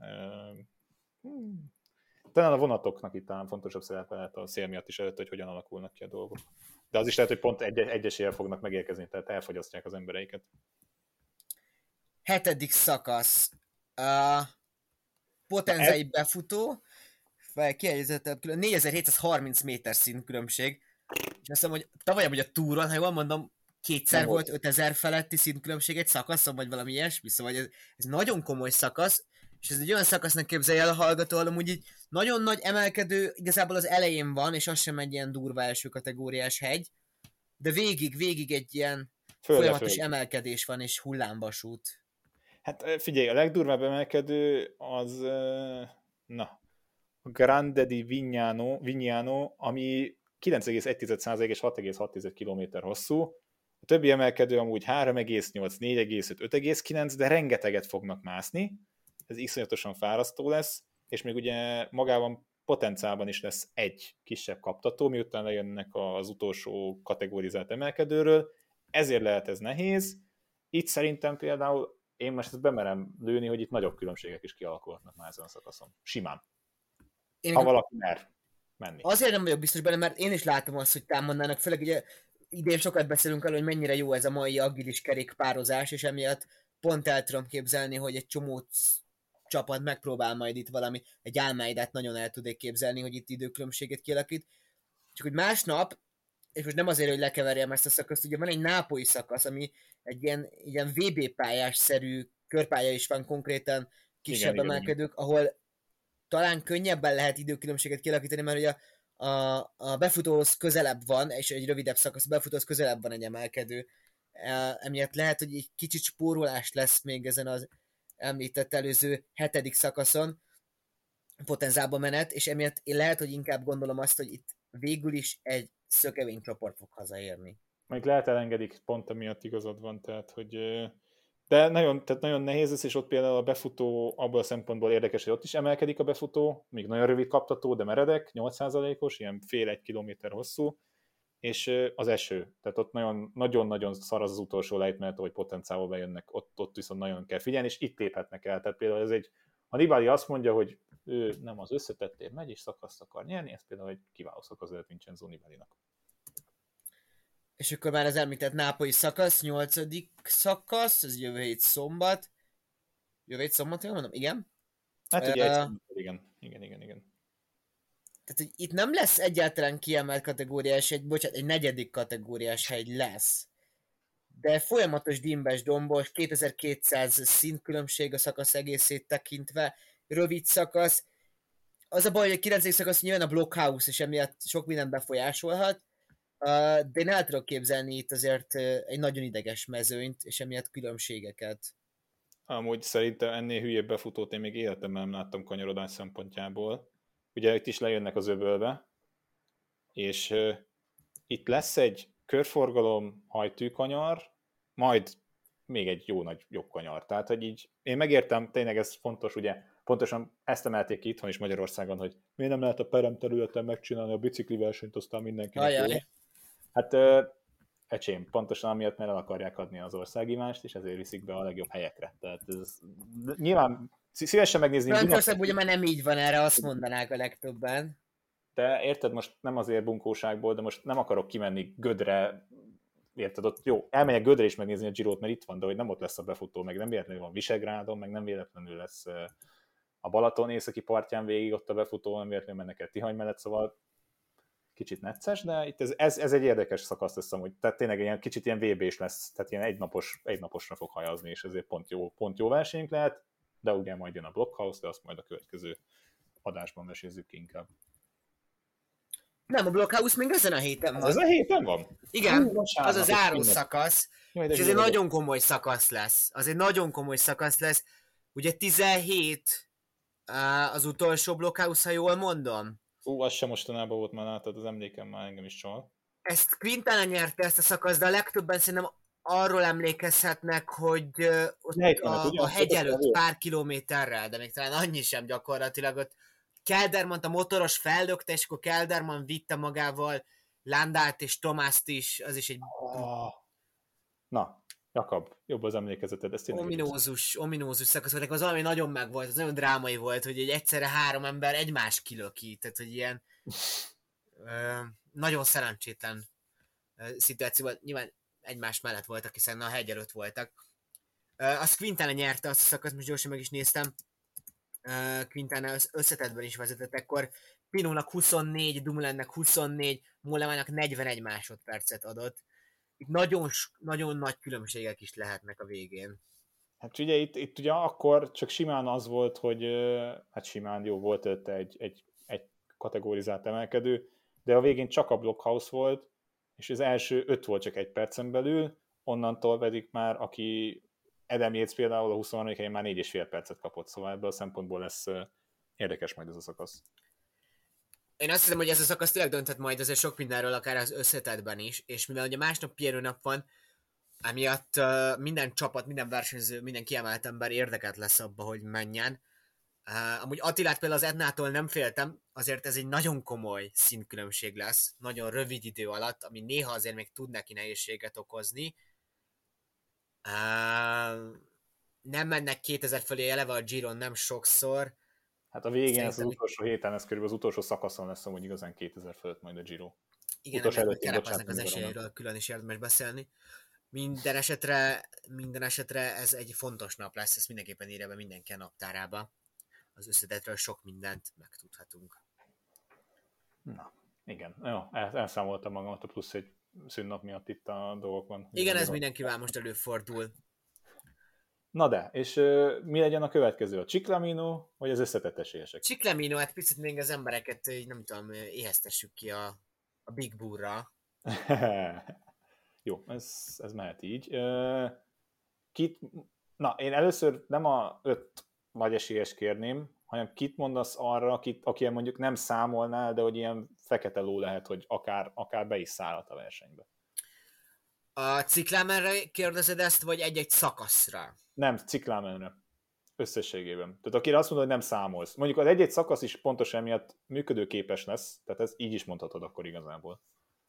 Talán a vonatoknak itt talán fontosabb szerepe lehet a szél miatt is előtt, hogy hogyan alakulnak ki a dolgok. De az is lehet, hogy pont egy- egyesével fognak megérkezni, tehát elfogyasztják az embereiket. Hetedik szakasz. Uh, Potenzai ez... befutó. Kiegyezetebb külön. négyezer-hétszázharminc méter szint különbség. És azt hiszem, hogy tavaly, hogy a túron, ha jól mondom, kétszer nem volt ötezer feletti szintkülönbség egy szakaszon, vagy valami ilyesmi, szóval ez, ez nagyon komoly szakasz, és ez egy olyan szakasznak képzelje el a hallgató, amúgy így nagyon nagy emelkedő igazából az elején van, és az sem egy ilyen durva első kategóriás hegy, de végig, végig egy ilyen föl, folyamatos föl. emelkedés van, és hullámvasút. Hát figyelj, a legdurvább emelkedő az, na, a Grande di Vignano, Vignano, ami kilenc egész egy százalék és hat egész hat kilométer hosszú. A többi emelkedő amúgy három egész nyolc, négy egész öt, öt egész kilenc, de rengeteget fognak mászni. Ez iszonyatosan fárasztó lesz, és még ugye magában Potencában is lesz egy kisebb kaptató, miután lejönnek az utolsó kategorizált emelkedőről. Ezért lehet ez nehéz. Itt szerintem például én most ezt bemerem lőni, hogy itt nagyobb különbségek is kialakulhatnak már ezen a szakaszon. Simán. Én ha valaki mer menni. Azért nem vagyok biztos benne, mert én is látom azt, hogy támadnának, főleg ugye idén sokat beszélünk arról, hogy mennyire jó ez a mai agilis kerékpározás, és emiatt pont el tudom képzelni, hogy egy csomó csapat megpróbál majd itt valami, egy Almeidát nagyon el tudnék képzelni, hogy itt időkülönbséget kialakít. Csak hogy másnap, és most nem azért, hogy lekeverjem ezt a szakaszt, ugye van egy nápolyi szakasz, ami egy ilyen, ilyen vé bé pályás-szerű körpálya is van konkrétan, kisebb igen, emelkedők, igen. ahol talán könnyebben lehet időkülönbséget kialakítani, mert ugye a, a, a befutóhoz közelebb van, és egy rövidebb szakasz a befutóhoz közelebb van egy emelkedő. Emiatt lehet, hogy egy kicsit spórolás lesz még ezen az említett előző hetedik szakaszon Potenzába menet, és emiatt én lehet, hogy inkább gondolom azt, hogy itt végül is egy szökevény csoport fog hazaérni. Még lehet elengedik, pont amiatt igazad van, tehát, hogy de nagyon, tehát nagyon nehéz lesz, és ott például a befutó abból a szempontból érdekes, hogy ott is emelkedik a befutó, még nagyon rövid kaptató, de meredek, nyolc százalékos, ilyen fél-egy kilométer hosszú, és az eső, tehát ott nagyon, nagyon-nagyon szar az, az utolsó lejtmenet, ahogy Potenzába bejönnek, ott, ott viszont nagyon kell figyelni, és itt léphetnek el, tehát például ez egy, ha Nibali azt mondja, hogy ő nem az összetettél megy, és szakaszt akar nyerni, ez például egy kiváló szakasz lehet Vincenzo Nibalinak. És akkor már az említett nápolyi szakasz, nyolcadik szakasz, ez jövő hét szombat. Jövő hét szombat, jól mondom? Igen? Hát ugye uh, egy szombat, igen, igen, igen, igen. Tehát, hogy itt nem lesz egyáltalán kiemelt kategóriás hegy, bocsánat, egy negyedik kategóriás hegy lesz. De folyamatos dimbes, dombos, kétezer-kétszáz szintkülönbség a szakasz egészét tekintve, rövid szakasz. Az a baj, hogy a kilencedik szakasz nyilván a blockhouse, és emiatt sok minden befolyásolhat, de én el tudok képzelni itt azért egy nagyon ideges mezőnyt, és emiatt különbségeket. Amúgy szerintem ennél hülyebb befutót én még életemben nem láttam kanyarodás szempontjából. Ugye itt is lejönnek az öbölbe, és uh, itt lesz egy körforgalom hajtűkanyar, majd még egy jó nagy jobb kanyar. Tehát, hogy így én megértem, tényleg ez fontos, ugye pontosan ezt emelték ki itthon is Magyarországon, hogy miért nem lehet a peremterületen megcsinálni a bicikli versenyt, aztán mindenkinek jó. Hát uh, ecsém, pontosan amiatt, mert el akarják adni az országimást, és ezért viszik be a legjobb helyekre. Tehát ez nyilván szívesen megnézni. Franciaországban ugye már nem így van, erre azt mondanák a legtöbben. De érted, most nem azért bunkóságból, de most nem akarok kimenni Gödre érted, ott jó, elmegyek Gödre is megnézni a Girót, mert itt van, de hogy nem ott lesz a befutó, meg nem véletlenül van Visegrádon, meg nem véletlenül lesz a Balaton északi partján végig ott a befutó, nem véletlenül mennek el Tihany mellett, szóval kicsit necces, de itt ez, ez, ez egy érdekes szakasz lesz amúgy, tehát tényleg ilyen kicsit ilyen vé bés lesz, tehát ilyen egynapos, egynaposra fog hajazni, és ezért pont jó, pont jó versenyünk lehet, de ugye majd jön a Blockhouse, de azt majd a következő adásban mesézzük ki inkább. Nem, a Blockhouse még ezen a héten van. Ez a héten van? Igen, Hú, az a záró szakasz, Jó, és ez egy nagyon komoly szakasz lesz. Az egy nagyon komoly szakasz lesz. Ugye tizenhét az utolsó Blockhouse, ha jól mondom. Ú, az sem mostanában volt már, látod, az emlékem már engem is csal. Ezt Quintana nyerte ezt a szakaszt, de a legtöbben szerintem arról emlékezhetnek, hogy ott Lejtenek, a, a hegy előtt pár kilométerrel, de még talán annyi sem gyakorlatilag, ott Kelderman a motoros fellökte, és akkor Kelderman vitte magával Landát és Tomást is, az is egy... Oh. Na, Jakab, jobb az emlékezeted, ezt tényleg... Ominózus, ominózus szakasz volt, az valami nagyon megvolt, az nagyon drámai volt, hogy egy egyszerre három ember egymás kilöki, tehát hogy ilyen ö, nagyon szerencsétlen ö, szituáció volt, nyilván egymás mellett voltak, hiszen a hegy előtt voltak. Ö, az Quintana nyerte azt a szakaszt, most gyorsan meg is néztem, uh, Quintana összetettben is vezetett, akkor Pinónak huszonnégy, Dumoulinnek huszonnégy, Mollemának negyvenegy másodpercet adott. Itt nagyon, nagyon nagy különbségek is lehetnek a végén. Hát ugye itt, itt ugye akkor csak simán az volt, hogy hát simán jó volt előtte egy, egy, egy kategorizált emelkedő, de a végén csak a Blockhouse volt, és az első öt volt csak egy percen belül, onnantól pedig már, aki Adam Yates például a huszonharmadik helyen már négy és fél percet kapott, szóval ebből a szempontból lesz érdekes majd ez a szakasz. Én azt hiszem, hogy ez a szakasz tényleg dönthet majd azért sok mindenről, akár az összetettben is, és mivel ugye másnap Pierrot nap van, emiatt uh, minden csapat, minden versenyző, minden kiemelt ember érdekelt lesz abba, hogy menjen. Uh, amúgy Attilát például az Etnától nem féltem, azért ez egy nagyon komoly színkülönbség lesz, nagyon rövid idő alatt, ami néha azért még tud neki nehézséget okozni. Uh, nem mennek kétezer fölé eleve a Giron, nem sokszor. Hát a végén ez az utolsó héten, ez körülbelül az utolsó szakaszon lesz, hogy igazán kétezer fölött majd a Giro. Igen, ennek kerekpásznak az esélyéről külön is érdemes beszélni. Minden esetre, minden esetre ez egy fontos nap lesz, ezt mindenképpen írja be mindenki a naptárába. Az összetettről sok mindent megtudhatunk. Na, igen. Jó, elszámoltam magamat a plusz egy szünnap miatt itt a dolgokban. Igen, ez mindenkivel most előfordul. Na de, és uh, mi legyen a következő? A Ciclamino, vagy az összetett esélyesek? Ciclamino, hát picit még az embereket, így nem tudom, éheztessük ki a, a Big Bullra. Jó, ez, ez mehet így. Uh, kit, na, én először nem a öt nagy esélyes kérném, hanem kit mondasz arra, akit, aki mondjuk nem számolnál, de hogy ilyen fekete ló lehet, hogy akár, akár be is szállhat a versenybe. A Ciclamenre kérdezed ezt, vagy egy-egy szakaszra? Nem, Ciclamenre. Összességében. Tehát akire azt mondod, hogy nem számolsz. Mondjuk az egy-egy szakasz is pontosan miatt működőképes lesz, tehát ez így is mondhatod akkor igazából.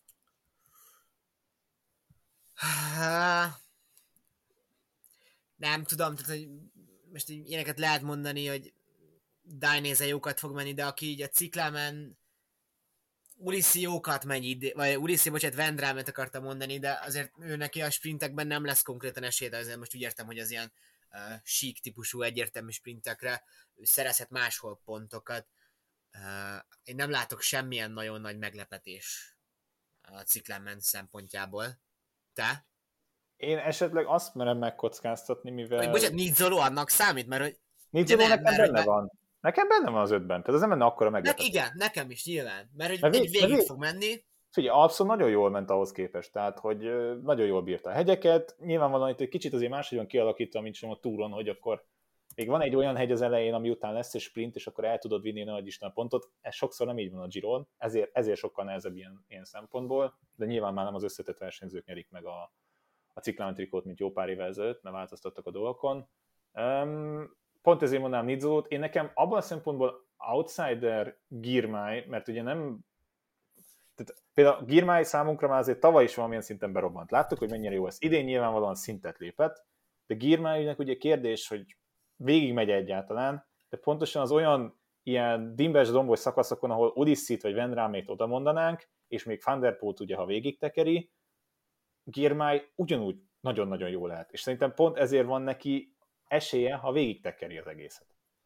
Nem tudom, tehát hogy most így ilyeneket lehet mondani, hogy Dainese jókat fog menni, de aki így a Ciclamen Ulissi jókat megy ide, vagy Ulissi, bocsánat, Vendrámet akartam mondani, de azért ő neki a sprintekben nem lesz konkrétan esély, de azért most úgy értem, hogy az ilyen uh, sík típusú egyértelmű sprintekre ő szerezhet máshol pontokat. Uh, én nem látok semmilyen nagyon nagy meglepetés a Ciclamen szempontjából. Te? Én esetleg azt merem megkockáztatni, mivel... Vagy, bocsánat, Nizzolo annak számít, mert hogy... Nizzolo nekem mert, benne mert... van. Nekem benne van az ötben, tehát ez nem menne akkora meglepetés. Ne, igen, nekem is nyilván, mert hogy mert egy végig vég... fog menni. Figyelj, Alpson nagyon jól ment ahhoz képest, tehát hogy nagyon jól bírta a hegyeket, nyilvánvalóan itt egy kicsit azért máshogy van kialakítva, mint sem a túron, hogy akkor még van egy olyan hegy az elején, ami után lesz egy sprint, és akkor el tudod vinni nagy Isten a pontot. Ez sokszor nem így van a Giron, ezért, ezért sokkal nehezebb ilyen, ilyen szempontból, de nyilván már nem az összetett versenyzők nyerik meg a, a Ciclamen trikót, mint jó pár évvel ezelőtt, mert változtattak a dolgokon. Um, pont ezért mondanám Nizzolót. Én nekem abban a szempontból outsider Girmay, mert ugye nem... Tehát például Girmay számunkra már azért tavaly is valamilyen szinten berobbant. Láttuk, hogy mennyire jó ez. Idén nyilvánvalóan szintet lépett, de Girmaynek ugye kérdés, hogy végig megy egyáltalán, de pontosan az olyan ilyen dimbes, dombos szakaszokon, ahol Ulissit vagy Vendrámét oda mondanánk, és még Van der Poelt ugye, ha végig tekeri, Girmay ugyanúgy nagyon-nagyon jó lehet. És szerintem pont ezért van neki esélye, ha végig tekeri az egészet.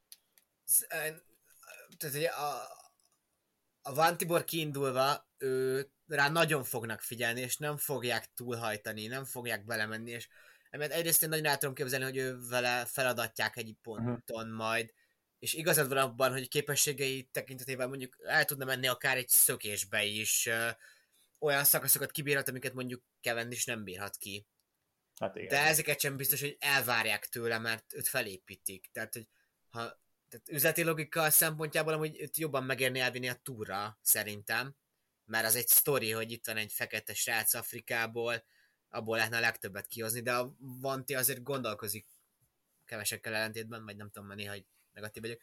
Tehát ugye a, a Van Tibor kiindulva, ő, rá nagyon fognak figyelni, és nem fogják túlhajtani, nem fogják belemenni, és mert egyrészt én nagyon el tudom képzelni, hogy ő vele feladatják egy ponton uh-huh. majd, és igazad van abban, hogy képességei tekintetében mondjuk el tudna menni akár egy szökésbe is, ö, olyan szakaszokat kibírhat, amiket mondjuk Cavendish nem bírhat ki. Hát igen. De ezeket sem biztos, hogy elvárják tőle, mert őt felépítik. Tehát, hogy ha tehát üzleti logika szempontjából amúgy őt jobban megérni elvinni a túra, szerintem. Mert az egy sztori, hogy itt van egy fekete srác Afrikából, abból lehetne a legtöbbet kihozni, de a Vanti azért gondolkozik kevesekkel ellentétben, vagy nem tudom, mert néha negatív vagyok.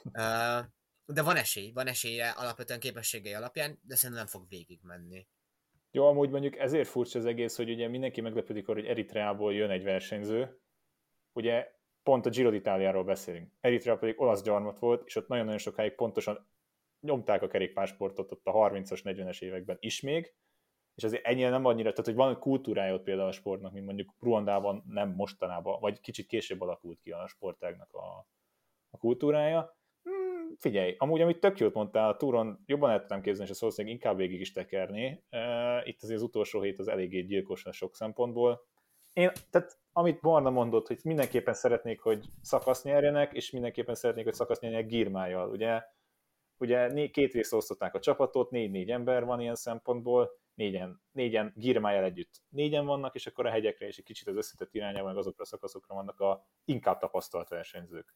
Uh, de van esély, van esélye alapvetően képességei alapján, de szerintem nem fog végigmenni. Jó, amúgy mondjuk ezért furcsa az egész, hogy ugye mindenki meglepődik, hogy Eritreából jön egy versenyző. Ugye pont a Giro d'Italiáról beszélünk. Eritrea pedig olasz gyarmat volt, és ott nagyon-nagyon sokáig pontosan nyomták a kerékpársportot ott a harmincas, negyvenes években is még, és azért ennyire nem annyira, tehát hogy van kultúrája ott például a sportnak, mint mondjuk Ruandában nem mostanában, vagy kicsit később alakult ki a sportágnak a, a kultúrája. Hmm, figyelj, amúgy amit tök jót mondtál, a túron jobban el tudtam képzelni, és ezt valószínűleg inkább végig is tekerni. Uh, itt azért az utolsó hét az eléggé gyilkos sok szempontból. Én, tehát amit Barna mondott, hogy mindenképpen szeretnék, hogy szakasz nyerjenek, és mindenképpen szeretnék, hogy szakasz nyerjenek Girmayjal, ugye? Ugye né- két részre osztották a csapatot, négy-négy ember van ilyen szempontból, négyen, négyen Girmayjal együtt négyen vannak, és akkor a hegyekre és egy kicsit az összetett irányában, meg azokra a szakaszokra vannak a inkább tapasztalt versenyzők.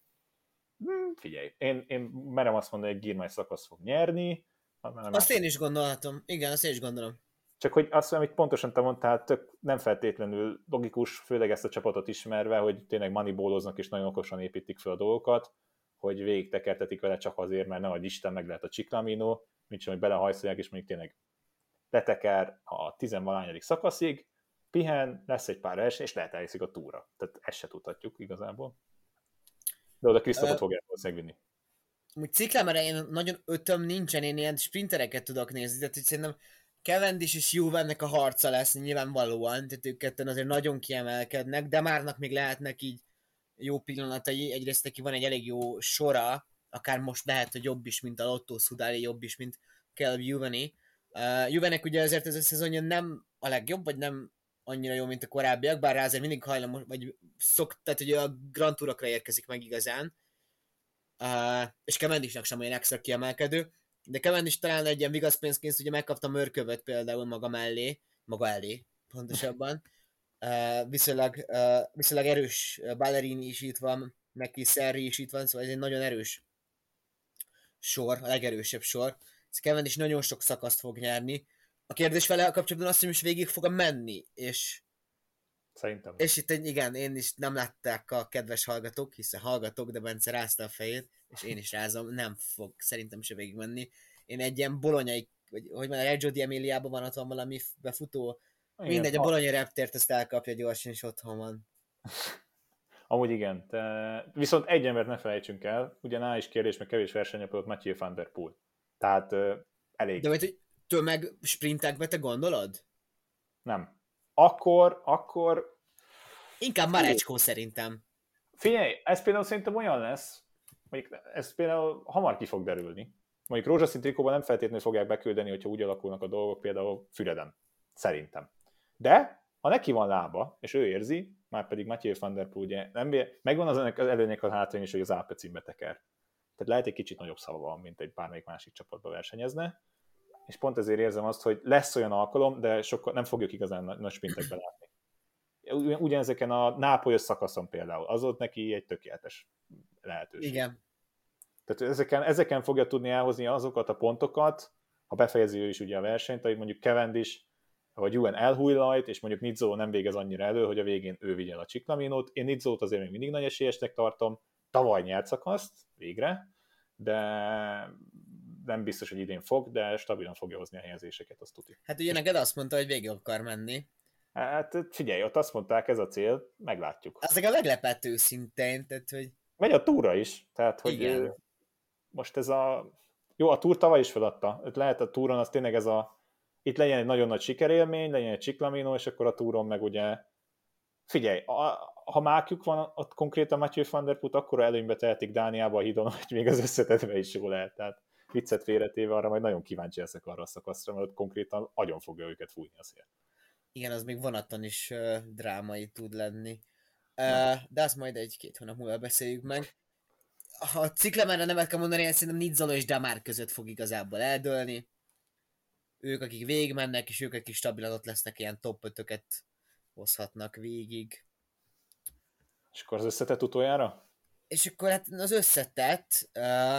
Hmm, figyelj, én, én merem azt mondani, hogy Girmay szakasz fog nyerni. Azt én is gondolhatom. Igen, azt én is gondolom. Csak hogy azt, amit pontosan te mondtál, tök nem feltétlenül logikus, főleg ezt a csapatot ismerve, hogy tényleg moneyballoznak és nagyon okosan építik fel a dolgokat, hogy végig tekertetik vele csak azért, mert nehogy Isten meg lehet a Ciclamino, mint sem, hogy belehajszolják, és mondjuk tényleg leteker a tizenvalányadik szakaszig, pihen, lesz egy pár verseny, és lehet elhiszik a túra. Tehát ezt se tudhatjuk igazából. De oda Krisztofot uh, fogják valószínűleg vinni. Úgy Ciklámere én nagyon ötöm nincsen, én ilyen sprintereket tudok nézni, tehát hogy szerintem Cavendish és Juvennek a harca lesz nyilvánvalóan, tehát ők ketten azért nagyon kiemelkednek, de Márnak még lehetnek így jó pillanatai, egyrészt neki van egy elég jó sora, akár most lehet, hogy jobb is, mint a Lotto Soudali, jobb is, mint Caleb Juveni. Uh, Juvenek ugye azért ez a szezonja nem a legjobb, vagy nem annyira jó, mint a korábbiak, bár rá azért mindig hajlamos, vagy szok, tehát ugye a Grand Tourokra érkezik meg igazán, uh, és Cavendishnak sem olyan extra kiemelkedő, de Cavendish talán egy ilyen vigaszpénzként ugye megkapta Mörkövöt például maga mellé, maga elé, pontosabban. Uh, viszonylag, uh, viszonylag erős Ballerini is itt van, neki Serri is itt van, szóval ez egy nagyon erős sor, a legerősebb sor. Ez Cavendish nagyon sok szakaszt fog nyerni. A kérdés vele kapcsolatban azt, hogy most végig fog menni, és szerintem. És itt igen, én is nem látták a kedves hallgatók, hiszen hallgatók, de Bence rázta a fejét, és én is rázom, nem fog szerintem se végig menni. Én egy ilyen bolonyai, vagy hogy már Reggio di Emiliában van, ott van valami befutó, igen, mindegy, a bolonyai reptért ezt elkapja gyorsan, és otthon van. Amúgy igen, de viszont egy embert ne felejtsünk el, ugyaná is kérdés, meg kevés versenyapodott Mathieu van der Poel. Tehát uh, elég. De majd, hogy tömeg sprintekbe te gondolod? Nem. Akkor, akkor... Inkább Marecskó szerintem. Figyelj, ez például szerintem olyan lesz, mondjuk ez például hamar ki fog derülni. Mondjuk rózsaszín trikóban nem feltétlenül fogják beküldeni, hogyha úgy alakulnak a dolgok, például Füreden. Szerintem. De, ha neki van lába, és ő érzi, már pedig Mathieu van der Poel ugye nem bér, megvan az ennek az előnyek a hátrány is, hogy az Alpecin teker. Tehát lehet egy kicsit nagyobb szava van, mint egy bármelyik másik csapatba versenyezne, és pont ezért érzem azt, hogy lesz olyan alkalom, de sokkal nem fogjuk igazán nagy sprintekbe látni. Ugyanezeken a Nápolyos szakaszon például, az ott neki egy tökéletes lehetőség. Igen. Tehát ezeken, ezeken fogja tudni elhozni azokat a pontokat, ha befejezi ő is ugye a versenyt, hogy mondjuk Cavendish vagy Ewan elhújlajt, és mondjuk Nizzo nem végez annyira elő, hogy a végén ő vigyen a Ciclaminót. Én Nizzót azért még mindig nagy esélyesnek tartom, tavaly nyert szakaszt, végre, de nem biztos, hogy idén fog, de stabilan fogja hozni a helyezéseket, azt tudjuk. Hát ugye neked azt mondta, hogy végig akar menni. Hát figyelj, ott azt mondták, ez a cél, meglátjuk. Ezek a meglepető szintén, tehát hogy... Megy a túra is, tehát hogy igen. Most ez a... Jó, a túr tavaly is feladta. Lehet a túron az tényleg ez a itt legyen egy nagyon nagy sikerélmény, legyen egy Csiklamino, és akkor a túron meg ugye, figyelj, a, ha mákjuk van ott konkrétan Mathieu van der Poel, akkor előnybe tehetik Dániába a hídon, hogy még az összetetve is jó lehet. Tehát viccet félretéve arra majd nagyon kíváncsi leszek arra a szakaszra, mert ott konkrétan agyon fogja őket fújni a szél. Igen, az még vonaton is uh, drámai tud lenni. Uh, de azt majd egy-két hónap múlva beszéljük meg. Ha a Ciklemára nemet kell mondani, én szerintem Nizzolo és Damár között fog igazából eldőlni. Ők, akik végigmennek, és ők, akik stabilan ott lesznek, ilyen top ötöket hozhatnak végig. És akkor az összetett utoljára? És akkor hát az összetett... Uh,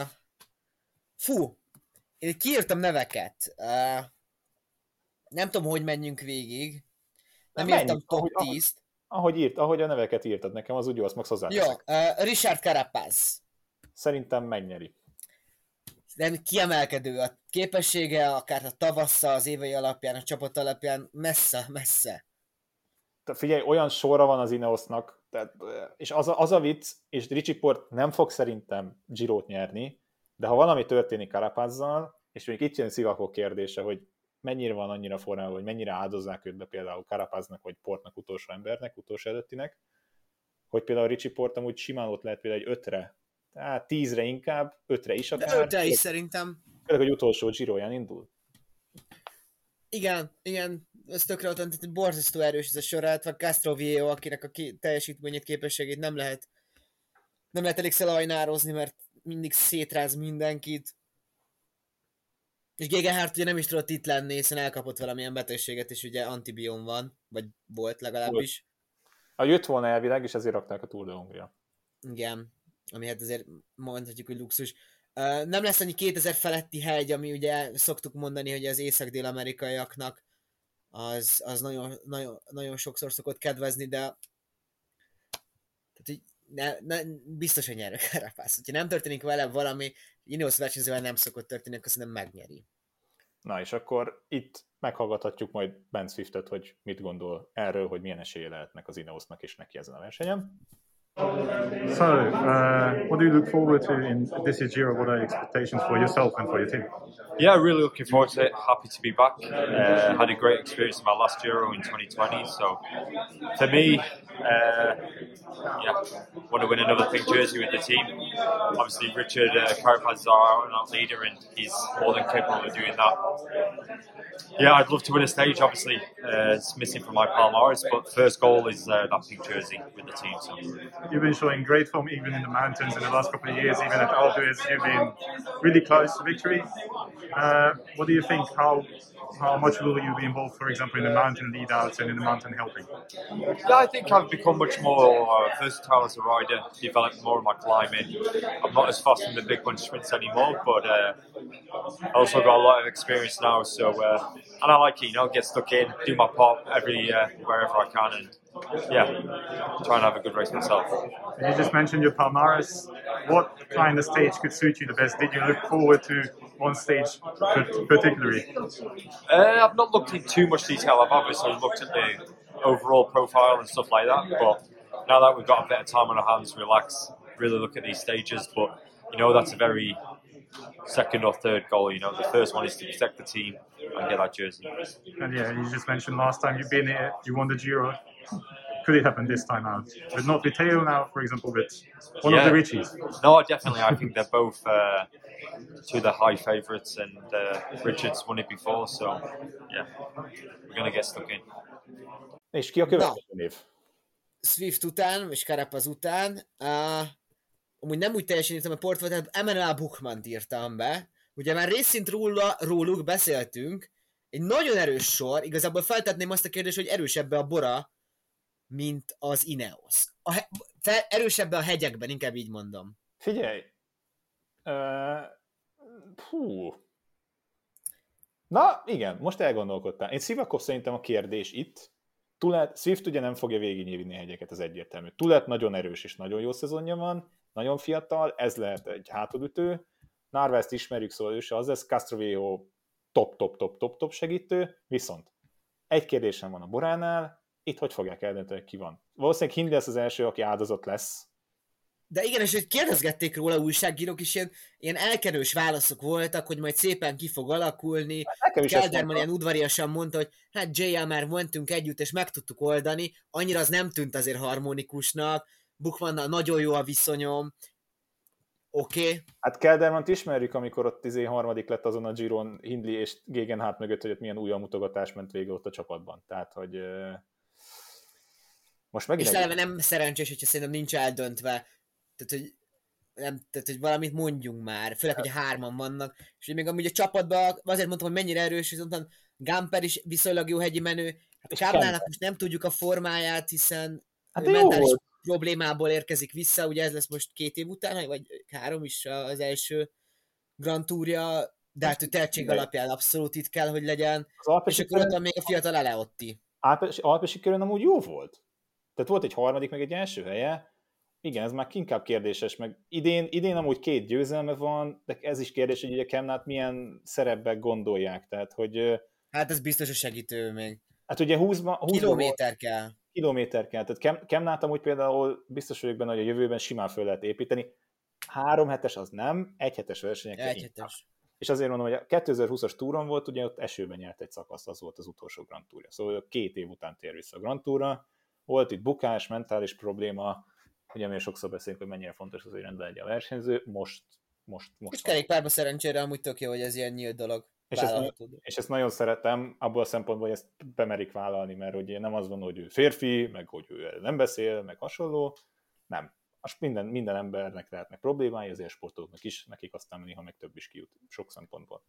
fú! Én kiírtam neveket. Uh, nem tudom, hogy menjünk végig. Nem menj, írtam top ahogy, tízt. Ahogy, ahogy, írt, ahogy a neveket írtad nekem, az úgy jó, azt meg hozzá. Jó, uh, Richard Carapaz. Szerintem megnyeri. Nem kiemelkedő a képessége, akár a tavasszal, az évei alapján, a csapat alapján, messze, messze. Te figyelj, olyan sorra van az Ineosnak, tehát, és az a, az a vicc, és Richie Port nem fog szerintem Girót nyerni, de ha valami történik Carapazzal, és még itt jön Sivakó kérdése, hogy mennyire van annyira formában, hogy mennyire áldozzák őt be például Carapaznak, vagy Portnak utolsó embernek, utolsó előttinek, hogy például Richie Port amúgy simán ott lehet például egy ötre, tehát tízre inkább, ötre is akár. De ötre is szerintem. Például, hogy utolsó Giróján indul. Igen, igen, ez tökre ott, tehát borzasztó erős ez a sorát, vagy Castroviejo, akinek a ki- teljesítményét, képességét nem lehet nem lehet elég szelajnározni, mert mindig szétráz mindenkit. És Gegenhardt ugye nem is tudott itt lenni, hiszen elkapott valamilyen betegséget, és ugye antibion van, vagy volt legalábbis. Ha jött volna elvileg, és ezért rakták a Tour de Hongria. Igen, ami hát azért mondhatjuk, hogy luxus. Uh, nem lesz annyi kétezer feletti hegy, ami ugye szoktuk mondani, hogy az észak-dél-amerikaiaknak az, az nagyon, nagyon, nagyon sokszor szokott kedvezni, de tehát, hogy ne, ne, biztos, hogy nyer a Carapaz. Ha nem történik vele valami, Ineos versenyzővel nem szokott történni, akkor szerintem megnyeri. Na és akkor itt meghallgathatjuk majd Ben Swiftet, hogy mit gondol erről, hogy milyen esélye lehetnek az Ineosnak és neki ezen a versenyen. So, uh, what do you look forward to in this year's Giro? What are your expectations for yourself and for your team? Yeah, really looking forward to it. Happy to be back. Uh, had a great experience in my last Giro in twenty twenty. So, for me, uh, yeah, want to win another pink jersey with the team. Obviously, Richard uh, Carapaz is our out leader, and he's more than capable of doing that. Yeah, I'd love to win a stage. Obviously, uh, it's missing from my Palmares, but first goal is uh, that pink jersey with the team. So. You've been showing great form even in the mountains in the last couple of years, even at Alpe d'Huez, you've been really close to victory. Uh, what do you think? How how much will you be involved, for example, in the mountain lead-outs and in the mountain helping? Yeah, I think I've become much more uh, versatile as a rider, developed more of my climbing. I'm not as fast in the big bunch sprints anymore, but uh, I also got a lot of experience now, so uh, and I like it, you know, get stuck in, do my part every uh, wherever I can, and yeah, try and have a good race myself. And you just mentioned your Palmares. What kind of stage could suit you the best? Did you look forward to one stage particularly? Uh, I've not looked in too much detail. I've obviously looked at the overall profile and stuff like that, but now that we've got a bit of time on our hands, relax, really look at these stages. But you know, that's a very second or third goal. You know, the first one is to protect the team and get that jersey. And yeah, you just mentioned last time you've been here, you won the Giro. Could it happen this time out? But not with Theo now, for example, but one yeah. of the Richies. No, definitely. I think they're both uh, two of the high favourites, and uh, Richard's won it before, so yeah, we're going to get stuck in. És ki a következő név? Swift után, és Carapaz után, uh, amúgy nem úgy teljesen írtam a portfót, tehát Emmanuel Buchmann-t írtam be. Ugye már részint róla, róluk beszéltünk, egy nagyon erős sor, igazából feltetném azt a kérdést, hogy erősebb a Bora, mint az Ineos. A he- fel, erősebb a hegyekben, inkább így mondom. Figyelj! Uh, hú. Na, igen, most elgondolkodtál. Én Sivakov szerintem a kérdés itt. Tulet, Swift ugye nem fogja végignyírni a hegyeket, az egyértelmű. Tulet nagyon erős és nagyon jó szezonja van, nagyon fiatal, ez lehet egy hátulütő. Narvázt ismerjük, szóval ő se az lesz. Castroviejo top, top, top, top, top segítő. Viszont egy kérdésem van a Boránál, itt hogy fogják eldönteni, hogy ki van? Valószínűleg Hindley lesz az első, aki áldozat lesz, De igen, és hogy kérdezgették róla újságírók is, ilyen, ilyen elkerős válaszok voltak, hogy majd szépen ki fog alakulni. Kelderman ilyen udvariasan mondta, hogy hát jé el már mentünk együtt, és meg tudtuk oldani. Annyira az nem tűnt azért harmonikusnak. Buchmannnal nagyon jó a viszonyom. Oké. Okay. Hát Keldermant ismerjük, amikor ott izé harmadik lett azon a Giron Hindley és Gegenhardt mögött, hogy ott milyen új mutogatás ment végül ott a csapatban. Tehát, hogy uh, most megint... És eleve nem szerencsés, hogyha szerintem nincs eldöntve. Tehát, hogy, nem, tehát, hogy valamit mondjunk már, főleg, hogy hárman vannak, és hogy még amúgy a csapatban azért mondtam, hogy mennyire erős, viszont Gamper is viszonylag jó hegyi menő, hát Kávnának most nem tudjuk a formáját, hiszen hát mentális volt. Problémából érkezik vissza, ugye ez lesz most két év után, vagy három is az első Grand Tourja, de hát ő tehetség alapján abszolút itt kell, hogy legyen, és akkor ott van még a fiatal Aleotti. Alpesi körön amúgy jó volt. Tehát volt egy harmadik, meg egy első helye. Igen, ez már inkább kérdéses, meg idén, idén amúgy két győzelme van, de ez is kérdés, hogy ugye Kemnát milyen szerepben gondolják, tehát hogy... Hát ez biztos a segítő még. Hát ugye húszban... Kilométer volt, kell. Kilométer kell, tehát Kemnát amúgy például biztos vagyok benne, hogy a jövőben simán föl lehet építeni. Három hetes az nem, egy hetes versenyekre Egy hetes. És azért mondom, hogy a kétezer-húszas túron volt, ugye ott esőben nyert egy szakaszt, az volt az utolsó Grand Tourja. Szóval két év után tér vissza a Grand Tourra. Volt itt bukás, mentális probléma, ugye még sokszor beszélünk, hogy mennyire fontos az, hogy rendben legyen a versenyző, most... most, most és kerékpárban szerencsére amúgy tök jó, hogy ez ilyen nyílt dolog. És ezt, és ezt nagyon szeretem, abból a szempontból, hogy ezt bemerik vállalni, mert ugye nem az van, hogy ő férfi, meg hogy ő nem beszél, meg hasonló, nem. Most minden, minden embernek lehetnek problémái, azért sportolóknak is, nekik aztán néha meg több is kijut, sok szempontból.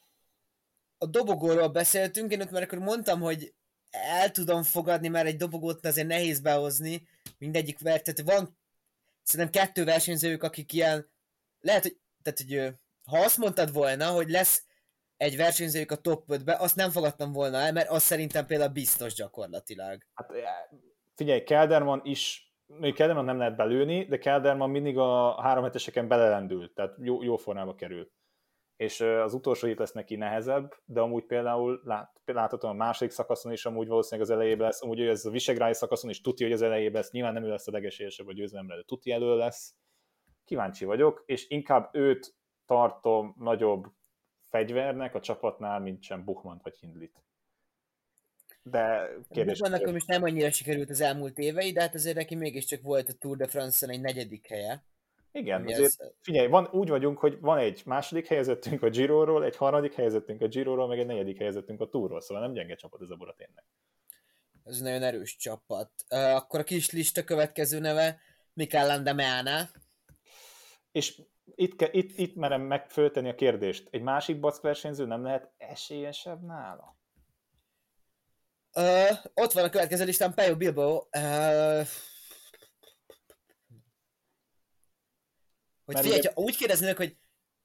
A dobogóról beszéltünk, én ott már akkor mondtam, hogy el tudom fogadni, mert egy dobogót azért nehéz behozni, mindegyik ver, tehát van szerintem kettő versenyzőjük, akik ilyen, lehet, hogy, tehát, hogy ha azt mondtad volna, hogy lesz egy versenyzőjük a top ötbe, azt nem fogadtam volna el, mert az szerintem például biztos gyakorlatilag. Hát figyelj, Kelderman is, még Kelderman nem lehet belőni, de Kelderman mindig a három heteseken belelendül, tehát jó, jó formába kerül. És az utolsó hét lesz neki nehezebb, de amúgy például lát, láthatóan a második szakaszon is amúgy valószínűleg az elejében lesz, amúgy ez a Visegrádi szakaszon is tuti, hogy az elejében lesz, nyilván nem ő lesz a legesélyesebb a győzelemre, de tuti elő lesz. Kíváncsi vagyok, és inkább őt tartom nagyobb fegyvernek a csapatnál, mint sem Buchmann vagy Hindlit. De kérdés... Buchmann most nem annyira sikerült az elmúlt évei, de hát azért neki mégiscsak volt a Tour de France-on egy negyedik helye. Igen, azért ez... figyelj, van, úgy vagyunk, hogy van egy második helyezettünk a Giroról, egy harmadik helyezettünk a Giroról, meg egy negyedik helyezettünk a Tourról, szóval nem gyenge csapat ez a Boraténynek. Ez nagyon erős csapat. Uh, akkor a kis lista következő neve Mikel Landa Meana. És itt, ke, itt, itt merem megfölteni a kérdést. Egy másik back versenyző nem lehet esélyesebb nála? Uh, ott van a következő listán Pello Bilbao. Uh, hogy figyelj, ugye... úgy kérdeznének, hogy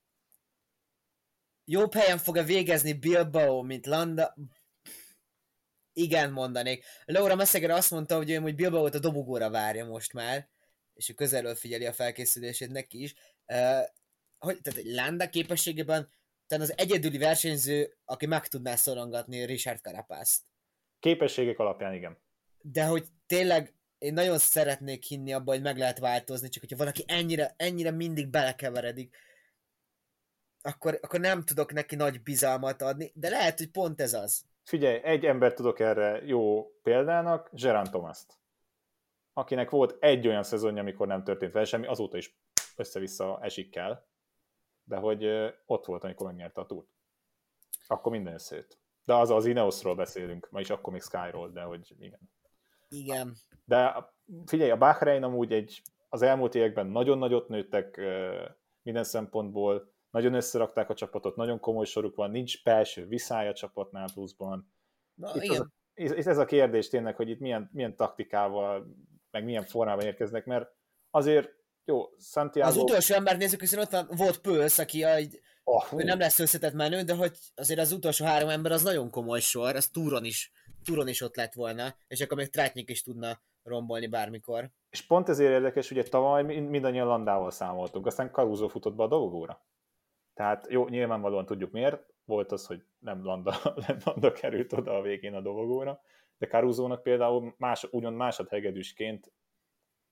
jobb helyen fog-e végezni Bilbao, mint Landa? Igen, mondanék. Laura Messzeger azt mondta, hogy ő hogy Bilbaót a dobogóra várja most már, és ő közelről figyeli a felkészülését neki is. Uh, hogy, tehát Landa képességében talán az egyedüli versenyző, aki meg tudná szorongatni Richard Carapaz-t. Képességek alapján igen. De hogy tényleg én nagyon szeretnék hinni abba, hogy meg lehet változni, csak hogyha valaki ennyire, ennyire mindig belekeveredik, akkor, akkor nem tudok neki nagy bizalmat adni, de lehet, hogy pont ez az. Figyelj, egy ember tudok erre jó példának, Geraint Thomas-t, akinek volt egy olyan szezonja, amikor nem történt vele semmi, azóta is össze-vissza esik kell, de hogy ott volt, amikor megnyerte a Tourt. Akkor minden összejött. De az az Ineosról beszélünk, ma is akkor még Skyról, de hogy igen. Igen. De figyelj, a Bahrein amúgy egy, az elmúlt években nagyon nagyot nőttek minden szempontból, nagyon összerakták a csapatot, nagyon komoly soruk van, nincs belső viszály a csapatnál pluszban. Na, itt, igen. Az, itt ez a kérdés tényleg, hogy itt milyen, milyen taktikával, meg milyen formában érkeznek, mert azért jó, Santiago... Az utolsó embert nézzük, hiszen ott van, volt Pölsz, aki egy, oh, ő nem lesz összetett menő, de hogy azért az utolsó három ember az nagyon komoly sor, az túron is, túron is ott lett volna, és akkor még Tratnik is tudna rombolni bármikor. És pont ezért érdekes, ugye tavaly mindannyian Landával számoltunk, aztán Caruso futott be a dolgóra. Tehát jó, nyilvánvalóan tudjuk miért, volt az, hogy nem Landa, nem Landa került oda a végén a dolgóra, de Carusónak például más, ugyan másodhegedűsként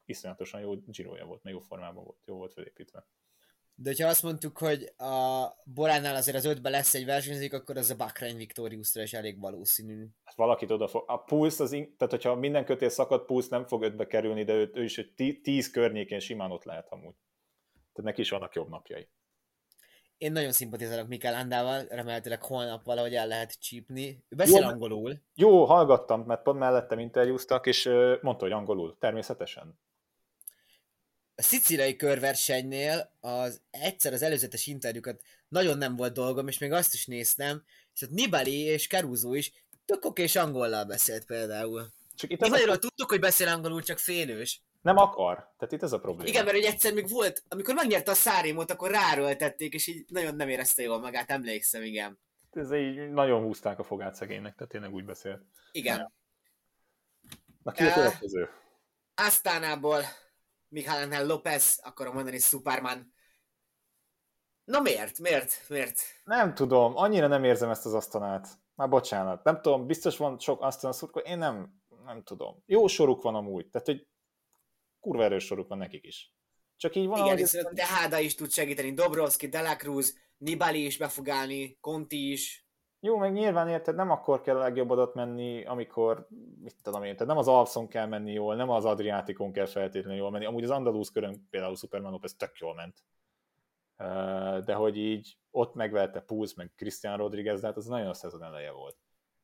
iszonyatosan jó Giroja volt, meg jó formában volt, jó volt felépítve. De ha azt mondtuk, hogy a Boránál azért az ötben lesz egy versenyzők, akkor az a Bahrain Victoriusra is elég valószínű. Hát valakit oda fog. A Pulsz, az in... tehát hogyha minden kötél szakad, Pulsz nem fog ötbe kerülni, de ő, ő is egy tíz környékén simán ott lehet amúgy. Tehát neki is vannak jobb napjai. Én nagyon szimpatizálok Mikel Landával, remélhetőleg holnap valahogy el lehet csípni. Ő beszél jó, angolul. Jó, hallgattam, mert pont mellettem interjúztak, és mondta, hogy angolul, természetesen. A szicíliai körversenynél az egyszer az előzetes interjúkat nagyon nem volt dolgom, és még azt is néztem, és ott Nibali és Caruso is tök oké és angollal beszélt például. Csak itt Nibaliról a... tudtuk, hogy beszél angolul, csak félős. Nem akar. Tehát itt ez a probléma. Igen, mert hogy egyszer még volt, amikor megnyerte a Szárémot, akkor ráröltették, és így nagyon nem érezte jól magát, emlékszem, igen. Ez így nagyon húzták a fogát szegénynek, tehát tényleg úgy beszélt. Igen. Na ki a következő? Uh, Aztánából Miguel Ángel López, akarom mondani, Superman. Na miért? Miért? Miért? Nem tudom, annyira nem érzem ezt az Asztanát. Már bocsánat. Nem tudom, biztos van sok Asztana szurkol, én nem, nem tudom. Jó soruk van amúgy, tehát hogy kurva erős soruk van nekik is. Csak így van. Igen, és a Tejada is tud segíteni, Dobrovski, De La Cruz, Nibali is be fog állni, Conti is. Jó, meg nyilván érted, nem akkor kell a legjobb adat menni, amikor, mit tudom én, tehát nem az Alpszon kell menni jól, nem az Adriátikon kell feltétlenül jól menni. Amúgy az Andalúz körön például Superman López tök jól ment. De hogy így ott megverte Pulsz, meg Cristian Rodriguez, de hát az nagyon a szezon eleje volt.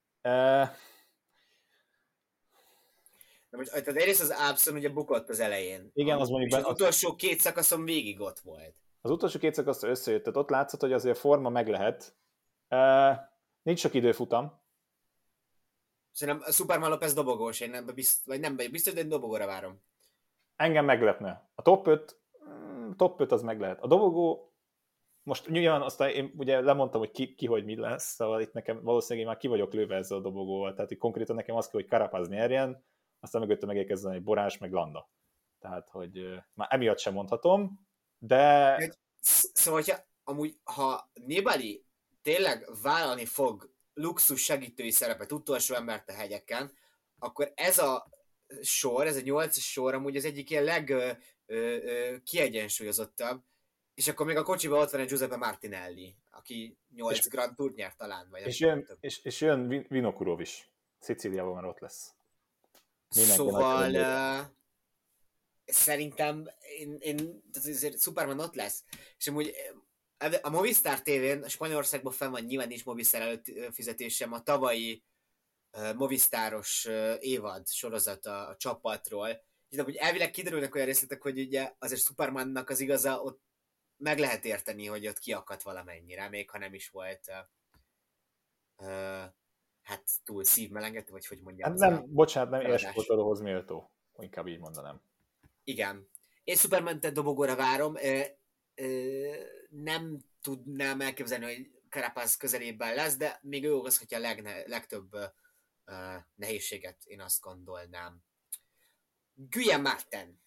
Na most tehát egyrészt az Alpszon ugye bukott az elején. Igen, az mondjuk... És az utolsó két szakaszon végig ott volt. Az utolsó két szakaszon összejött, tehát ott látszott, hogy azért forma meg lehet. Uh, nincs sok időfutam. Szerintem a Superman López dobogós, én nem biztos, vagy nem vagyok biztos, de én dobogóra várom. Engem meglepne. A top öt, top öt az meg lehet. A dobogó, most nyilván aztán én ugye lemondtam, hogy ki, ki hogy mi lesz, szóval itt nekem valószínűleg én már ki vagyok lőve ezzel a dobogóval, tehát itt konkrétan nekem az kell, hogy Carapaz nyerjen, aztán mögöttem megérkezzen egy Borás, meg Landa. Tehát, hogy uh, már emiatt sem mondhatom, de... Szóval, hogyha amúgy, ha Nibali tényleg vállalni fog luxus segítői szerepet, utolsó embert a hegyeken, akkor ez a sor, ez a nyolcas sor amúgy az egyik ilyen legkiegyensúlyozottabb, és akkor még a kocsiban ott van egy Giuseppe Martinelli, aki nyolc Grand Tour nyert talán. Vagy és, jön, és, és jön Vinokurov is. Szicíliában már ott lesz. Mindenki szóval uh, szerintem én, én azért Superman ott lesz. És amúgy a Movistar té vén, Spanyolországban fenn van, nyilván nincs Movistar előtt fizetésem, a tavalyi uh, Movistaros uh, évad sorozat a, a csapatról. És amúgy elvileg kiderülnek olyan részletek, hogy ugye azért Supermannak az igaza, ott meg lehet érteni, hogy ott kiakadt valamennyire, még ha nem is volt uh, uh, hát túl szívmelengető, vagy hogy mondjam. Hát nem, a bocsánat, nem élsportolóhoz méltó, inkább így mondanám. Igen. Én Superman-t dobogóra várom, ö, ö, nem tudnám elképzelni, hogy Carapaz közelében lesz, de még ő okozhatja a legne, legtöbb ö, nehézséget, én azt gondolnám. Guillaume Martin.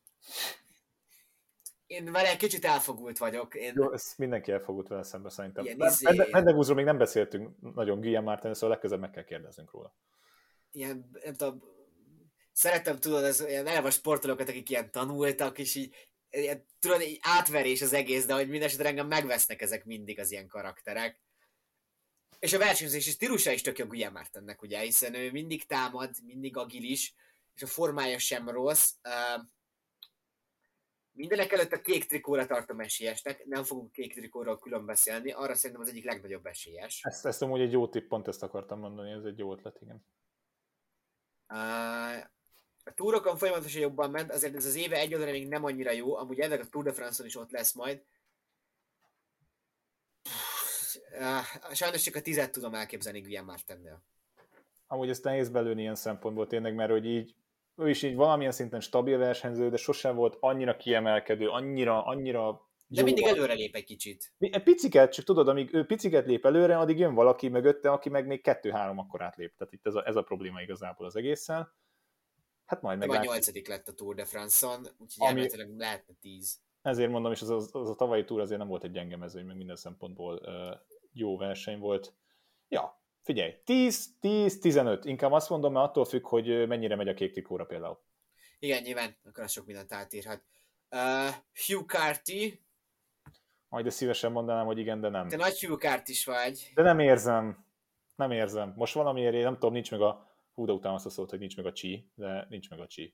Én vele egy kicsit elfogult vagyok. Én... Jó, ez mindenki elfogult vele szemben szerintem. Izé... Mendegúzról még nem beszéltünk nagyon Guillaume Martin, szóval legközelebb meg kell kérdeznünk róla. Ilyen, nem tudom, szeretem, tudod, az ilyen elvas sportolókat, akik ilyen tanultak, és így, ilyen, tudod, így átverés az egész, de hogy mindesetre engem megvesznek ezek mindig az ilyen karakterek. És a versenyzési stílusa is tök jó Guillaume Martinnek, ugye, hiszen ő mindig támad, mindig agilis, és a formája sem rossz. Uh, Mindenek előtt a kék trikóra tartom esélyesnek, nem fogunk kék trikóról külön beszélni, arra szerintem az egyik legnagyobb esélyes. Ezt, ezt amúgy egy jó tipp, pont ezt akartam mondani, ez egy jó ötlet, igen. Uh, a túrokon folyamatosan jobban ment, azért ez az éve egyelőre még nem annyira jó, amúgy ennek a Tour de France-on is ott lesz majd. Uh, sajnos csak a tizet tudom elképzelni Guillaume Martinnél. Amúgy ezt nehéz belőni ilyen szempontból tényleg, mert hogy így ő is így valamilyen szinten stabil versenyző, de sosem volt annyira kiemelkedő, annyira, annyira de mindig előre lép egy kicsit. Egy piciket, csak tudod, amíg ő piciket lép előre, addig jön valaki mögötte, aki meg még kettő-három akkor átlép. Tehát itt ez a, ez a probléma igazából az egészen. Hát majd meg. Vagy nyolcadik lett a Tour de France-on, úgyhogy ami... elméletileg lehetne tíz. Ezért mondom, és az, az, az a tavalyi Tour azért nem volt egy gyenge mezőny, meg minden szempontból uh, jó verseny volt. Ja, figyelj, tíz, tíz, tizenöt. Inkább azt mondom, mert attól függ, hogy mennyire megy a kék trikóra például. Igen, nyilván, akkor az sok mindent átírhat. Uh, Hugh Carty. Majd de szívesen mondanám, hogy igen, de nem. Te nagy Hugh Carty is vagy. De nem érzem. Nem érzem. Most valamiért, nem tudom, nincs meg a... Hú, de utána azt szólt, hogy nincs meg a csí, de nincs meg a csí.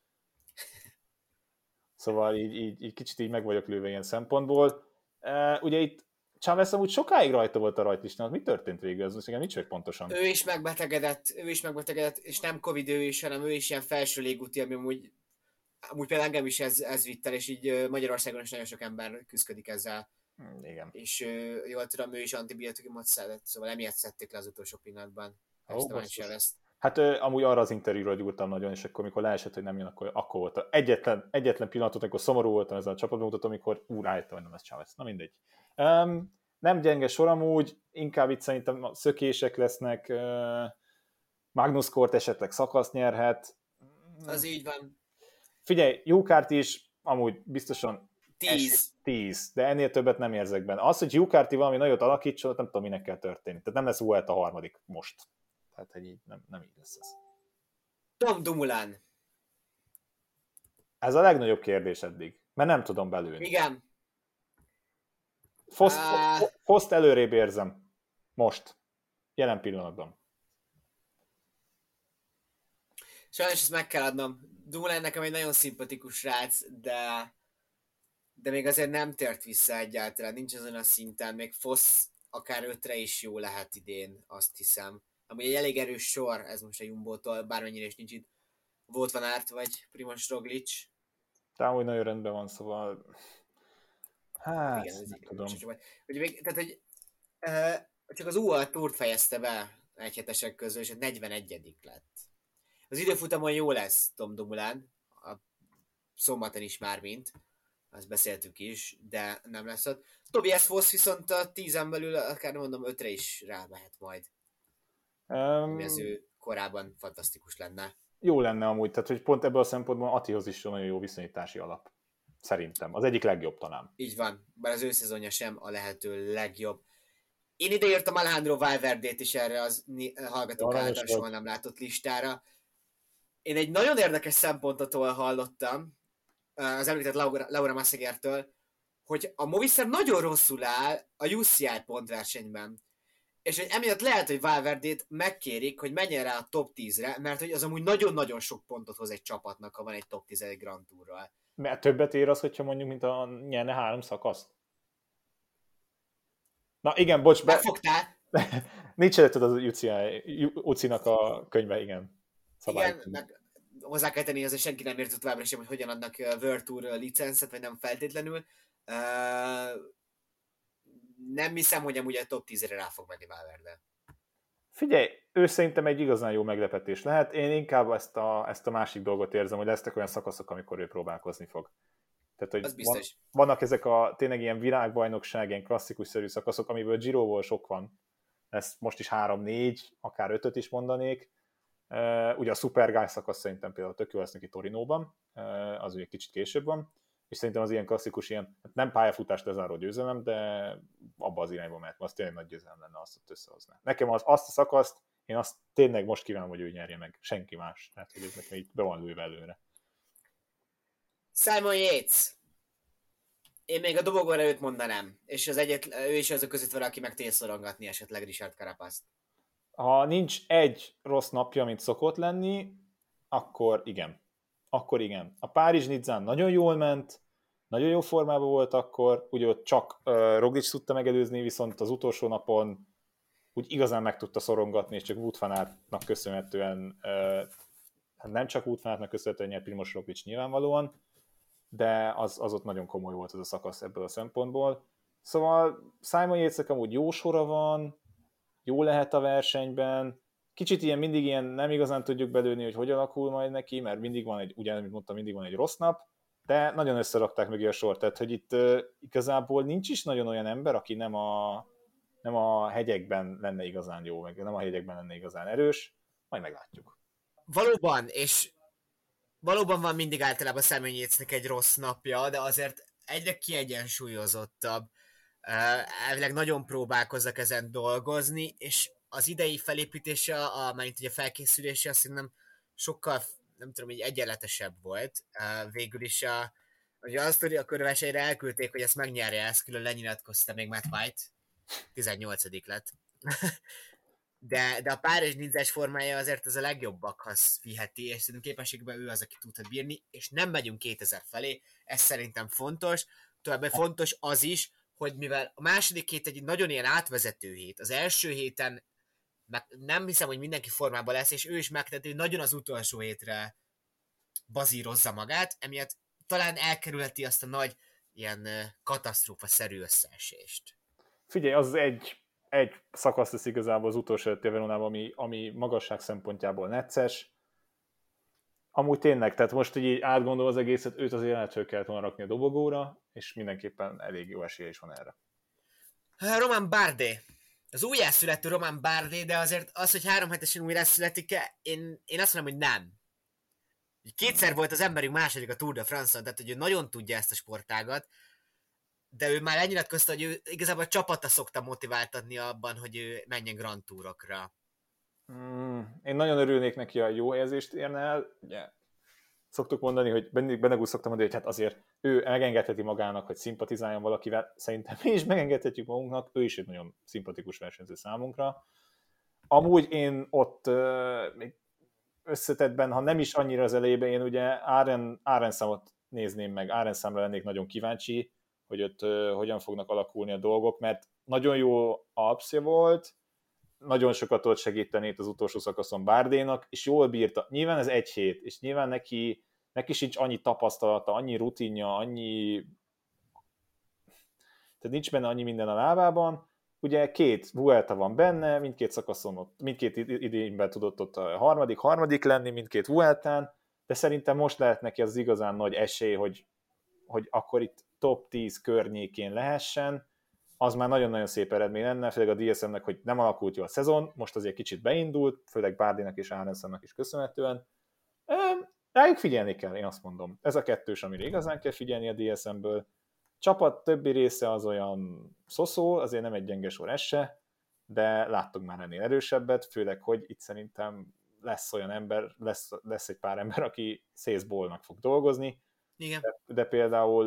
Szóval így, így, így kicsit így meg vagyok lőve ilyen szempontból. Uh, ugye itt Chávez amúgy sokáig rajta volt a rajtlistán, mi történt végül? Ez most igen, nincs meg pontosan. Ő is megbetegedett, ő is megbetegedett, és nem Covid ő is, hanem ő is ilyen felső légúti, ami amúgy, amúgy például engem is ez, ez vitt el, és így Magyarországon is nagyon sok ember küzdik ezzel. Hmm, igen. És jól tudom, ő is antibiotikumot szedett, szóval emiatt szedték le az utolsó pillanatban. Ó, ezt hát amúgy arra az interjúra gyúrtam nagyon, és akkor, amikor leesett, hogy nem jön, akkor, akkor volt. Egyetlen, egyetlen pillanatot, amikor szomorú voltam ezzel a csapatbemutató, amikor ú, rájöttem, hogy nem ez Chávez. Na mindegy. Um, nem gyenge sor amúgy, inkább itt szerintem szökések lesznek, uh, Magnus Kort esetleg szakaszt nyerhet. Az így van. Figyelj, Jókárt is amúgy biztosan tíz. tíz, de ennél többet nem érzek benne. Az, hogy Jókárti valami nagyot alakítson, nem tudom, minek kell történni. Tehát nem lesz Vuelta a harmadik most. Tehát, hogy így nem, nem így lesz ez. Tom Dumoulin. Ez a legnagyobb kérdés eddig, mert nem tudom belőni. Igen. Foszt, uh... Foszt előrébb érzem. Most. Jelen pillanatban. Sajnos ezt meg kell adnom. Dumoulin nekem egy nagyon szimpatikus srác, de de még azért nem tért vissza egyáltalán, nincs azon a szinten, még Foss akár ötre is jó lehet idén, azt hiszem. Ami egy elég erős sor, ez most a Jumbo-tól, bármennyire is nincs itt. Volt Van Aert, vagy Primoz Roglic. Tehát úgy nagyon rendben van, szóval... Hát, igen, nem tudom. Hogy még, tehát, hogy uh, csak az u á é Tourt fejezte be egyhetesek közül, és negyvenegyedik lett. Az időfutamon jó lesz Tom Dumoulin, a szombaton is már mint, azt beszéltük is, de nem lesz ott. Tobias Foss viszont a tízen belül, akár nem mondom, ötre is rámehet majd. Um, az ő korában fantasztikus lenne. Jó lenne amúgy, tehát hogy pont ebből a szempontból Attihoz is nagyon jó viszonyítási alap. Szerintem. Az egyik legjobb talán. Így van, bár az ő szezonja sem a lehető legjobb. Én ideírtam Alejandro Valverdét is erre az hallgatók által soha nem látott listára. Én egy nagyon érdekes szemponttól hallottam, az említett Laura, Laura Massegertől, hogy a Movistar nagyon rosszul áll a u cé i pontversenyben. És hogy emiatt lehet, hogy Valverdét megkérik, hogy menjen rá a top tízre, mert hogy az amúgy nagyon-nagyon sok pontot hoz egy csapatnak, ha van egy top tíz egy Grand Tourral. Mert többet ér az, hogyha mondjuk, mint a nyerne három szakaszt? Na igen, bocs, be... Megfogtál? Nincs előtted az u cé i, u cé i-nak a könyve, igen. Szabály. Igen, meg hozzá kell tenni, azért senki nem értett továbbra sem, hogy hogyan adnak World Tour licencet, vagy nem feltétlenül. Uh, nem hiszem, hogy amúgy a top tízre rá fog menni Valverde. Figyelj, ő szerintem egy igazán jó meglepetés lehet. Én inkább ezt a, ezt a másik dolgot érzem, hogy lesznek olyan szakaszok, amikor ő próbálkozni fog. Tehát, hogy az biztos. Van, vannak ezek a tényleg ilyen világbajnokság, ilyen klasszikus-szerű szakaszok, amiből Giroból sok van. Ez most is három-négy, akár ötöt is mondanék. Uh, ugye a Superguy szakasz szerintem például tök jó lesz neki Torinóban, uh, az ugye kicsit később van, és szerintem az ilyen klasszikus, ilyen, nem pályafutást lezáró győzelem, de abba az irányba mehet, az tényleg nagy győzelem lenne, azt ott összehozná. Nekem az, azt a szakaszt, én azt tényleg most kívánom, hogy ő nyerje meg, senki más, tehát hogy ez nekem így be van lőve előre. Simon Yates. Én még a dobogóra őt mondanám, és az egyet, ő is azok között van, aki meg tudja szorongatni esetleg Richard Carapaz-t. Ha nincs egy rossz napja, mint szokott lenni, akkor igen. Akkor igen. A Párizs-Nizzán nagyon jól ment, nagyon jó formában volt akkor, ugye ott csak uh, Roglic tudta megelőzni, viszont az utolsó napon úgy igazán meg tudta szorongatni, és csak Wout van Aertnak köszönhetően, uh, nem csak Wout van Aertnak köszönhetően nyert Primoz Roglic nyilvánvalóan, de az, az ott nagyon komoly volt az a szakasz ebből a szempontból. Szóval Simon Yatesnek amúgy jó sora van, jó lehet a versenyben, kicsit ilyen mindig ilyen nem igazán tudjuk belőni, hogy hogy alakul majd neki, mert mindig van egy, ugye, mint mondtam, mindig van egy rossz nap, de nagyon összerakták meg a sort, tehát hogy itt uh, igazából nincs is nagyon olyan ember, aki nem a, nem a hegyekben lenne igazán jó, meg nem a hegyekben lenne igazán erős, majd meglátjuk. Valóban, és valóban van mindig általában Simon Yatesnek egy rossz napja, de azért egyre kiegyensúlyozottabb. Uh, elvileg nagyon próbálkozzak ezen dolgozni, és az idei felépítése, a, mert ugye felkészülése, azt hiszem sokkal nem tudom, így egyenletesebb volt. Uh, végül is a, ugye az sztori a körversenyre elküldték, hogy ezt megnyerje, ezt külön lenyilatkozta még Matt White, tizennyolcadik lett. de, de a Párizs ninzás formája azért ez a legjobbakhoz viheti, és szerintem képességben ő az, aki tudhat bírni, és nem megyünk kétezer felé, ez szerintem fontos. Továbbá fontos az is, hogy mivel a második hét egy nagyon ilyen átvezető hét, az első héten meg nem hiszem, hogy mindenki formában lesz, és ő is megtett, hogy nagyon az utolsó hétre bazírozza magát, emiatt talán elkerülheti azt a nagy ilyen katasztrófa-szerű összeesést. Figyelj, az egy, egy szakasz lesz igazából az utolsó előtti Veronában, ami, ami magasság szempontjából necces. Amúgy tényleg, tehát most így átgondol az egészet, őt azért lehet, hogy kellett volna rakni a dobogóra, és mindenképpen elég jó esélye is van erre. Romain Bardet. Az újjászülető Romain Bardet, de azért az, hogy három hetesen újra születik, én, én azt mondom, hogy nem. Kétszer volt az emberünk második a Tour de France-on, tehát hogy ő nagyon tudja ezt a sportágat, de ő már lenyilatkozta, hogy ő igazából a csapata szokta motiváltatni abban, hogy ő menjen Grand Tourokra. Mm, én nagyon örülnék neki, a jó helyezést érne el. Ugye, szoktuk mondani, hogy Benegú szoktam mondani, hogy hát azért ő megengedheti magának, hogy szimpatizáljon valakivel. Szerintem mi is megengedhetjük magunknak, ő is egy nagyon szimpatikus versenyző számunkra. Amúgy én ott uh, még összetettben, ha nem is annyira az elejében, én ugye Áren, Áren számot nézném meg, Áren számra lennék nagyon kíváncsi, hogy ott uh, hogyan fognak alakulni a dolgok, mert nagyon jó alpszja volt, nagyon sokat tudott segíteni itt az utolsó szakaszon Bardénak, és jól bírta. Nyilván ez egy hét, és nyilván neki, neki sincs annyi tapasztalata, annyi rutinja, annyi... Tehát nincs benne annyi minden a lábában. Ugye két Vuelta van benne, mindkét szakaszon ott, mindkét idényben tudott ott a harmadik, harmadik lenni, mindkét Vueltán, de szerintem most lehet neki az igazán nagy esély, hogy, hogy akkor itt top tíz környékén lehessen. Az már nagyon-nagyon szép eredmény lenne, főleg a dé es em-nek, hogy nem alakult jó a szezon, most azért kicsit beindult, főleg Bardénak és Arendsonnak is köszönhetően. Rájuk figyelni kell, én azt mondom. Ez a kettős, amire igazán kell figyelni a dé es em-ből. Csapat többi része az olyan szoszó, azért nem egy gyenge sor ez se, de láttuk már ennél erősebbet, főleg, hogy itt szerintem lesz olyan ember, lesz, lesz egy pár ember, aki szészbolnak fog dolgozni. Igen. De, de például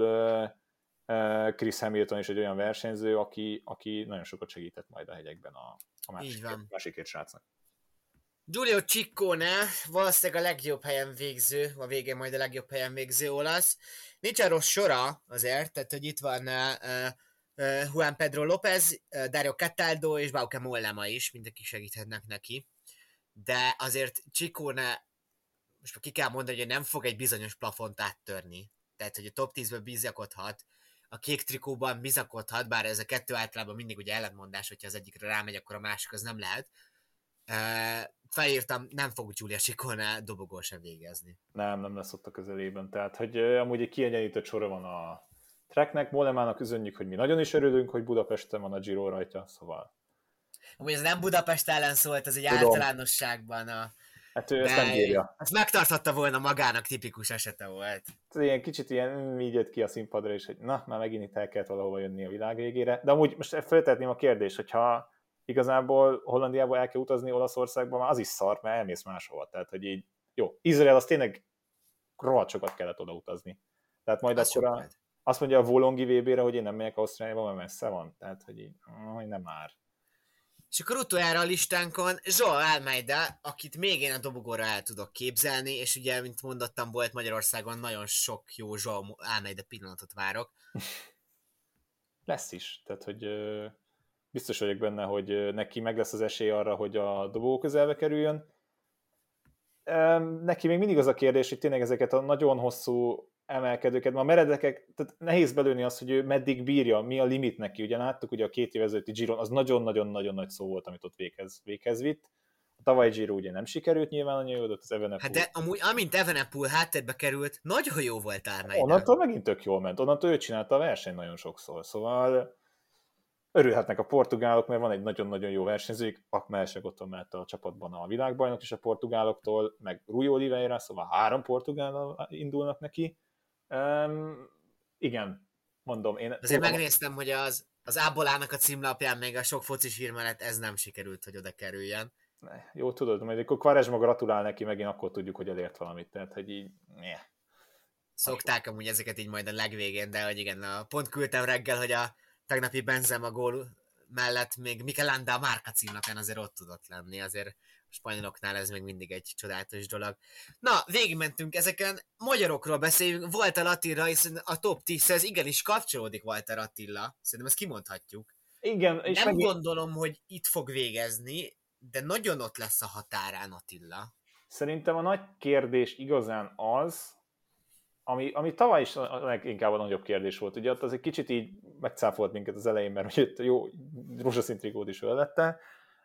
Chris Hamilton is egy olyan versenyző, aki, aki nagyon sokat segített majd a hegyekben a, a másik, másik két srácnak. Giulio Ciccone, valószínűleg a legjobb helyen végző, a végén majd a legjobb helyen végző olasz. Nincs a rossz sora azért, tehát hogy itt van uh, uh, Juan Pedro López, uh, Dario Cataldo és Bauke Mollema is, mindenki segíthetnek neki. De azért Ciccone, most ki kell mondani, hogy nem fog egy bizonyos plafont áttörni. Tehát, hogy a top tízben bizakodhat, a kék trikóban bizakodhat, bár ez a kettő általában mindig ugye ellentmondás, hogyha az egyikre rámegy, akkor a másik az nem lehet. Uh, felírtam, nem fog Giulia Ciccone dobogól sem végezni. Nem, nem lesz ott a közelében. Tehát, hogy uh, amúgy egy kiegyenlített sora van a Treknek, Mollemának üzenjük, hogy mi nagyon is örülünk, hogy Budapesten van a Giro rajta, szóval... Amúgy ez nem Budapest ellen szólt, ez egy Tudom. általánosságban a... Hát ő ezt nem bírja. Azt megtarthatta volna magának, tipikus esete volt. Ez ilyen kicsit ilyen így jött ki a színpadra, és hogy na, már megint itt el kellett valahova jönni a világ végére. De amúgy most feltehetném a kérdést, hogyha igazából Hollandiából el kell utazni Olaszországba, már az is szar, mert elmész máshova. Tehát, hogy így, jó, Izrael az tényleg rohadt sokat kellett oda utazni. Tehát majd az akkor a, azt mondja a Volongi vé bé-re, hogy én nem megyek Ausztráliába, mert messze van. Tehát, hogy így, hogy nem már. És akkor utoljára a listánkon Joao Almeida, akit még én a dobogóra el tudok képzelni, és ugye, mint mondottam, volt Magyarországon nagyon sok jó Joao Almeida pillanatot várok. Lesz is. Tehát, hogy biztos vagyok benne, hogy neki meg lesz az esély arra, hogy a dobogó közelbe kerüljön. Neki még mindig az a kérdés, hogy tényleg ezeket a nagyon hosszú emelkedőket, ma a meredekek, tehát nehéz belőni azt, hogy ő meddig bírja, mi a limit neki. Ugye láttuk, hogy a két év ezelőtti Giron az nagyon-nagyon-nagyon nagy szó volt, amit ott véghez, véghez vitt. A tavalyi Giro ugye nem sikerült nyilván annyira jó, az Evenepoel. Hát de amúgy, amint Evenepoel háttérbe került, nagyon jó volt Almeida. Onnantól megint tök jól ment, onnantól ő csinálta a versenyt nagyon sokszor, szóval örülhetnek a portugálok, mert van egy nagyon-nagyon jó versenyzőjük, Akmelsek ott mellett a csapatban a világbajnok is a portugáloktól, meg Rui Oliveira, szóval három portugál indulnak neki. Um, igen, mondom. Én azért megnéztem, hogy az, az Ábolának a címlapján még a sok focis hír mellett ez nem sikerült, hogy oda kerüljen. jó, tudod, majd akkor Quaresma gratulál neki, megint akkor tudjuk, hogy elért valamit, tehát, hogy így, nyeh. Szokták amúgy ezeket így majd a legvégén, de hogy igen, a, pont küldtem reggel, hogy a tegnapi Benzema gól mellett még Michelanda a márka címlapen azért ott tudott lenni, azért a spanyoloknál ez még mindig egy csodálatos dolog. Na, végigmentünk ezeken, magyarokról beszéljünk, Walter Attila, hiszen a top tízhez igenis kapcsolódik Walter Attila, szerintem ezt kimondhatjuk. Igen, és nem megint... gondolom, hogy itt fog végezni, de nagyon ott lesz a határán Attila. Szerintem a nagy kérdés igazán az, ami, ami tavaly is a leginkább a nagyobb kérdés volt. Ugye ott az egy kicsit így megcáfolt minket az elején, mert ugye jó rózsaszín trikót is ölvette,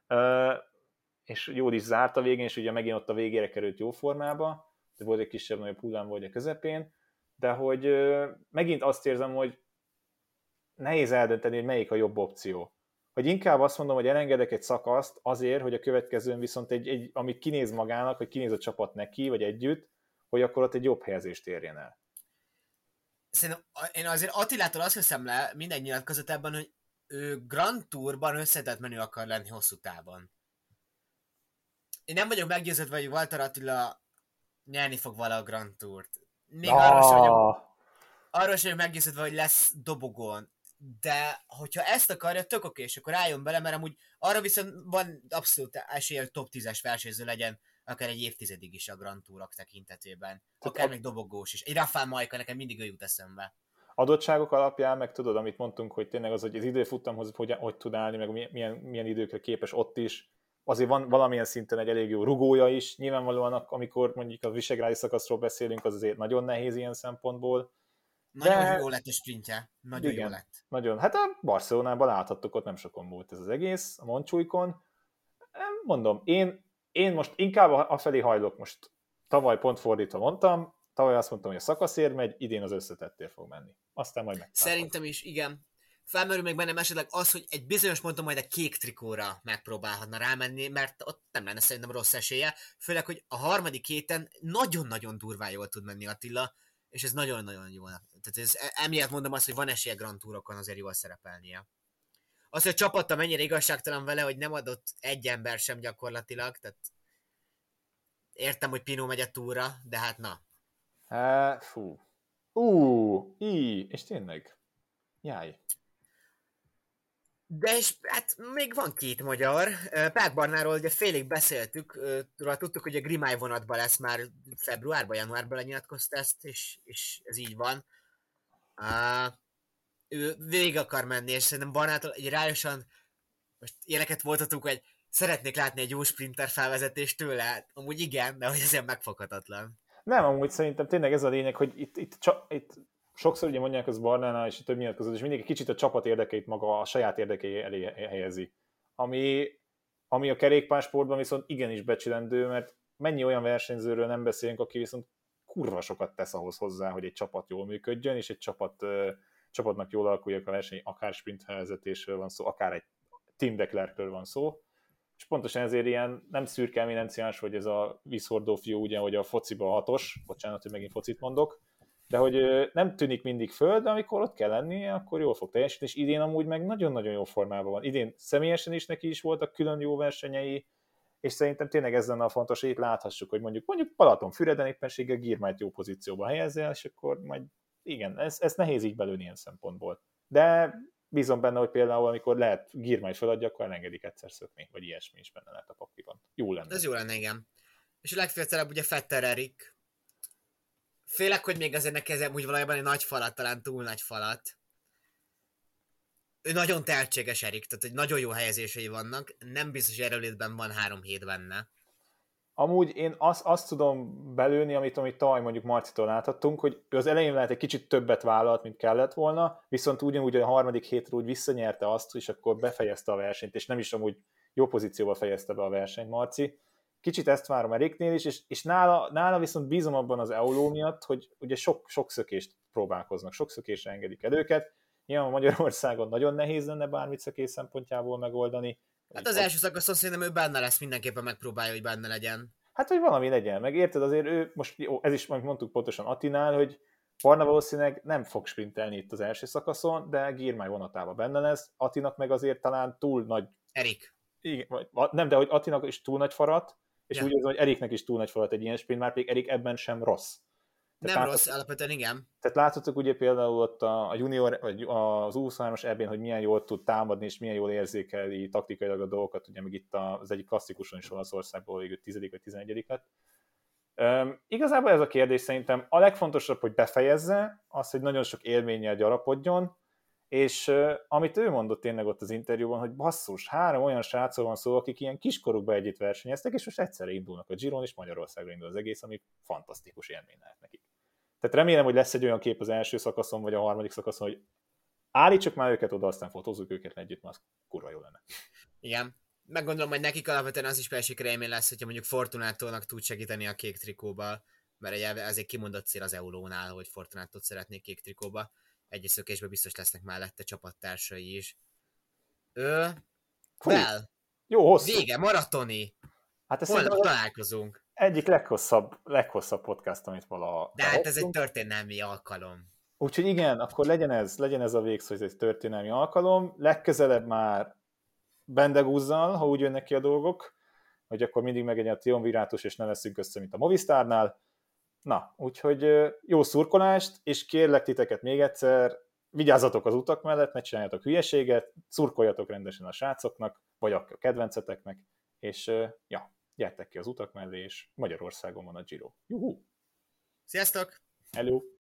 és jól is zárt a végén, és ugye megint ott a végére került jó formába, de volt egy kisebb-nagyobb hullám volt a közepén, de hogy megint azt érzem, hogy nehéz eldönteni, hogy melyik a jobb opció. Hogy inkább azt mondom, hogy elengedek egy szakaszt azért, hogy a következőn viszont egy, egy amit kinéz magának, vagy kinéz a csapat neki, vagy együtt, hogy akkor ott egy jobb helyezést érjen el. Szerintem én azért Attilától azt hiszem le minden nyilatkozatában, hogy ő Grand Tourban összetett menő akar lenni hosszú távon. Én nem vagyok meggyőződve, hogy Walter Attila nyerni fog vala a Grand Tourt. Még ah. arról sem vagyok, arról sem vagyok meggyőződve, hogy lesz dobogón. De hogyha ezt akarja, tök oké, és akkor álljon bele, mert amúgy arra viszont van abszolút esélye, hogy top tízes versenyző legyen, akár egy évtizedig is a Grand Tourok tekintetében. Akár a... még dobogós is. Egy Rafael Majka, nekem mindig ő jut eszembe. Adottságok alapján, meg tudod, amit mondtunk, hogy tényleg az, hogy az időfutamhoz hogy, hogy tud állni, meg milyen, milyen időkre képes ott is. Azért van valamilyen szinten egy elég jó rugója is. Nyilvánvalóan, amikor mondjuk a visegrádi szakaszról beszélünk, az azért nagyon nehéz ilyen szempontból. Nagyon de... jó lett a sprintje. Nagyon igen, jó lett. Nagyon. Hát a Barcelonában láthattuk, ott nem sokon múlt ez az egész, a Montjuicon. Mondom, én, én most inkább afelé hajlok, most tavaly pont fordítva mondtam, tavaly azt mondtam, hogy a szakaszért megy, idén az összetettél fog menni. Aztán majd megtápad. Szerintem is, igen. Felmerül még bennem esetleg az, hogy egy bizonyos ponton majd a kék trikóra megpróbálhatna rámenni, mert ott nem lenne szerintem rossz esélye, főleg, hogy a harmadik héten nagyon-nagyon durván jól tud menni Attila, és ez nagyon-nagyon jó. Tehát ez, emiatt mondom azt, hogy van esélye Grand Tourokon azért jól szerepelnie. Az, hogy a csapatta mennyire igazságtalan vele, hogy nem adott egy ember sem gyakorlatilag, tehát értem, hogy Pino megy a túra, de hát na. Há, fú. Ú, í, és tényleg. Jaj. De és hát még van két magyar. Pák Barnáról ugye félig beszéltük, róla tudtuk, hogy a Grimály vonatban lesz már februárban, januárban lenyilatkozta ezt, és, és ez így van. Uh, ő végig akar menni, és szerintem Barnától egy rájosan, most ilyeneket voltatunk, hogy szeretnék látni egy jó sprinter felvezetést tőle, amúgy igen, de hogy ezért megfoghatatlan. Nem, amúgy szerintem tényleg ez a lényeg, hogy itt, itt, csa, itt sokszor ugye mondják az Barnánál, és több nyilatkozat, és mindig egy kicsit a csapat érdekeit maga a saját érdekei elé helyezi. Ami, ami a kerékpársportban viszont igenis becsülendő, mert mennyi olyan versenyzőről nem beszélünk, aki viszont kurva sokat tesz ahhoz hozzá, hogy egy csapat jól működjön, és egy csapat, uh, csapatnak jól alakulják a verseny, akár sprint felvezetésről van szó, akár egy Team de Klerkről van szó. És pontosan ezért ilyen nem szürke eminenciás, hogy ez a vízhordó fiú, ugye, hogy a fociba hatos, bocsánat, hogy megint focit mondok, de hogy nem tűnik mindig föl, de amikor ott kell lennie, akkor jól fog teljesíteni, és idén amúgy meg nagyon-nagyon jó formában van. Idén személyesen is neki is voltak külön jó versenyei, és szerintem tényleg ez lenne a fontos, hogy itt láthassuk, hogy mondjuk, mondjuk Balatonfüreden éppenséggel Girmályt jó pozícióba helyezzel, és akkor majd igen, ez, ez nehéz így belőni ilyen szempontból. De bízom benne, hogy például amikor lehet Girmályt feladja, akkor elengedik egyszer szökni, vagy ilyesmi is benne lehet a pakliban. Jó lenne. Ez jó lenne, igen. És a legfiatalabb ugye Fetter Erik. Félek, hogy még azért ne kezdem úgy valójában egy nagy falat, talán túl nagy falat. Ő nagyon tehetséges Erik, tehát egy nagyon jó helyezései vannak. Nem biztos, hogy erőlétben van három hét benne. Amúgy én azt, azt tudom belőni, amit, amit tavaly mondjuk Marcitól láthattunk, hogy ő az elején lehet egy kicsit többet vállalt, mint kellett volna, viszont ugyanúgy a harmadik hétről úgy visszanyerte azt, és akkor befejezte a versenyt, és nem is amúgy jó pozícióba fejezte be a versenyt Marci. Kicsit ezt várom Eriknél is, és, és nála, nála viszont bízom abban az Euló miatt, hogy ugye sok, sok szökést próbálkoznak, sok szökésre engedik el őket. Nyilván Magyarországon nagyon nehéz lenne bármit szökés szempontjából megoldani. Hát az első szakaszon szerintem ő benne lesz, mindenképpen megpróbálja, hogy benne legyen. Hát, hogy valami legyen, meg érted, azért ő, most jó, ez is mondtuk pontosan Attinál, hogy Barna valószínűleg nem fog sprintelni itt az első szakaszon, de Girmály vonatába benne lesz, Attinak meg azért talán túl nagy... Erik. igen, vagy, nem, de hogy Attinak is túl nagy farat, és Ja. úgy érzem, hogy Eriknek is túl nagy farat egy ilyen sprint, már pedig Erik ebben sem rossz. Tehát Nem látod, rossz, alapvetően igen. Tehát láthatok ugye például ott a junior, vagy az U huszonhármas é bén, hogy milyen jól tud támadni, és milyen jól érzékeli taktikailag a dolgokat, ugye még itt az egyik klasszikuson is Olaszországból végül tizedik vagy tizenegyedik lett. Um, igazából ez a kérdés szerintem a legfontosabb, hogy befejezze, az, hogy nagyon sok élménnyel gyarapodjon, és uh, amit ő mondott tényleg ott az interjúban, hogy basszus, három olyan srácról van szó, akik ilyen kiskorukban együtt versenyeztek, és most egyszerre indulnak a Giron, és Magyarországra indul az egész, ami fantasztikus élmény lehet nekik. Tehát remélem, hogy lesz egy olyan kép az első szakaszon, vagy a harmadik szakaszon, hogy állítsuk már őket oda, aztán fotózzuk őket le együtt, mert az kurva jó lenne. Igen. Meggondolom, hogy nekik alapvetően az is persze remény lesz, hogyha mondjuk Fortunátónak tud segíteni a kék trikóba, mert ez egy kimondott cél az Eulónál, hogy Fortunátót szeretnék kék trikóba. Egyes szökésben biztos lesznek mellette csapattársai is. Ő... Well, jó, hosszú. Vége, maratoni. Hát ez Holnap találkozunk. Egyik leghosszabb, leghosszabb podcast, amit valaha... De hát ez egy történelmi alkalom. Úgyhogy igen, akkor legyen ez, legyen ez a végszó, hogy ez egy történelmi alkalom. Legközelebb már Bendegúzzal, ha úgy jönnek ki a dolgok, hogy akkor mindig megegyen a triumvirátus, és ne leszünk össze, mint a Movistárnál. Na, úgyhogy jó szurkolást, és kérlek titeket még egyszer, vigyázzatok az utak mellett, ne csináljatok hülyeséget, szurkoljatok rendesen a srácoknak, vagy a kedvenceteknek, és ja, gyertek ki az utak mellé, és Magyarországon van a Giro. Juhu! Sziasztok! Hello!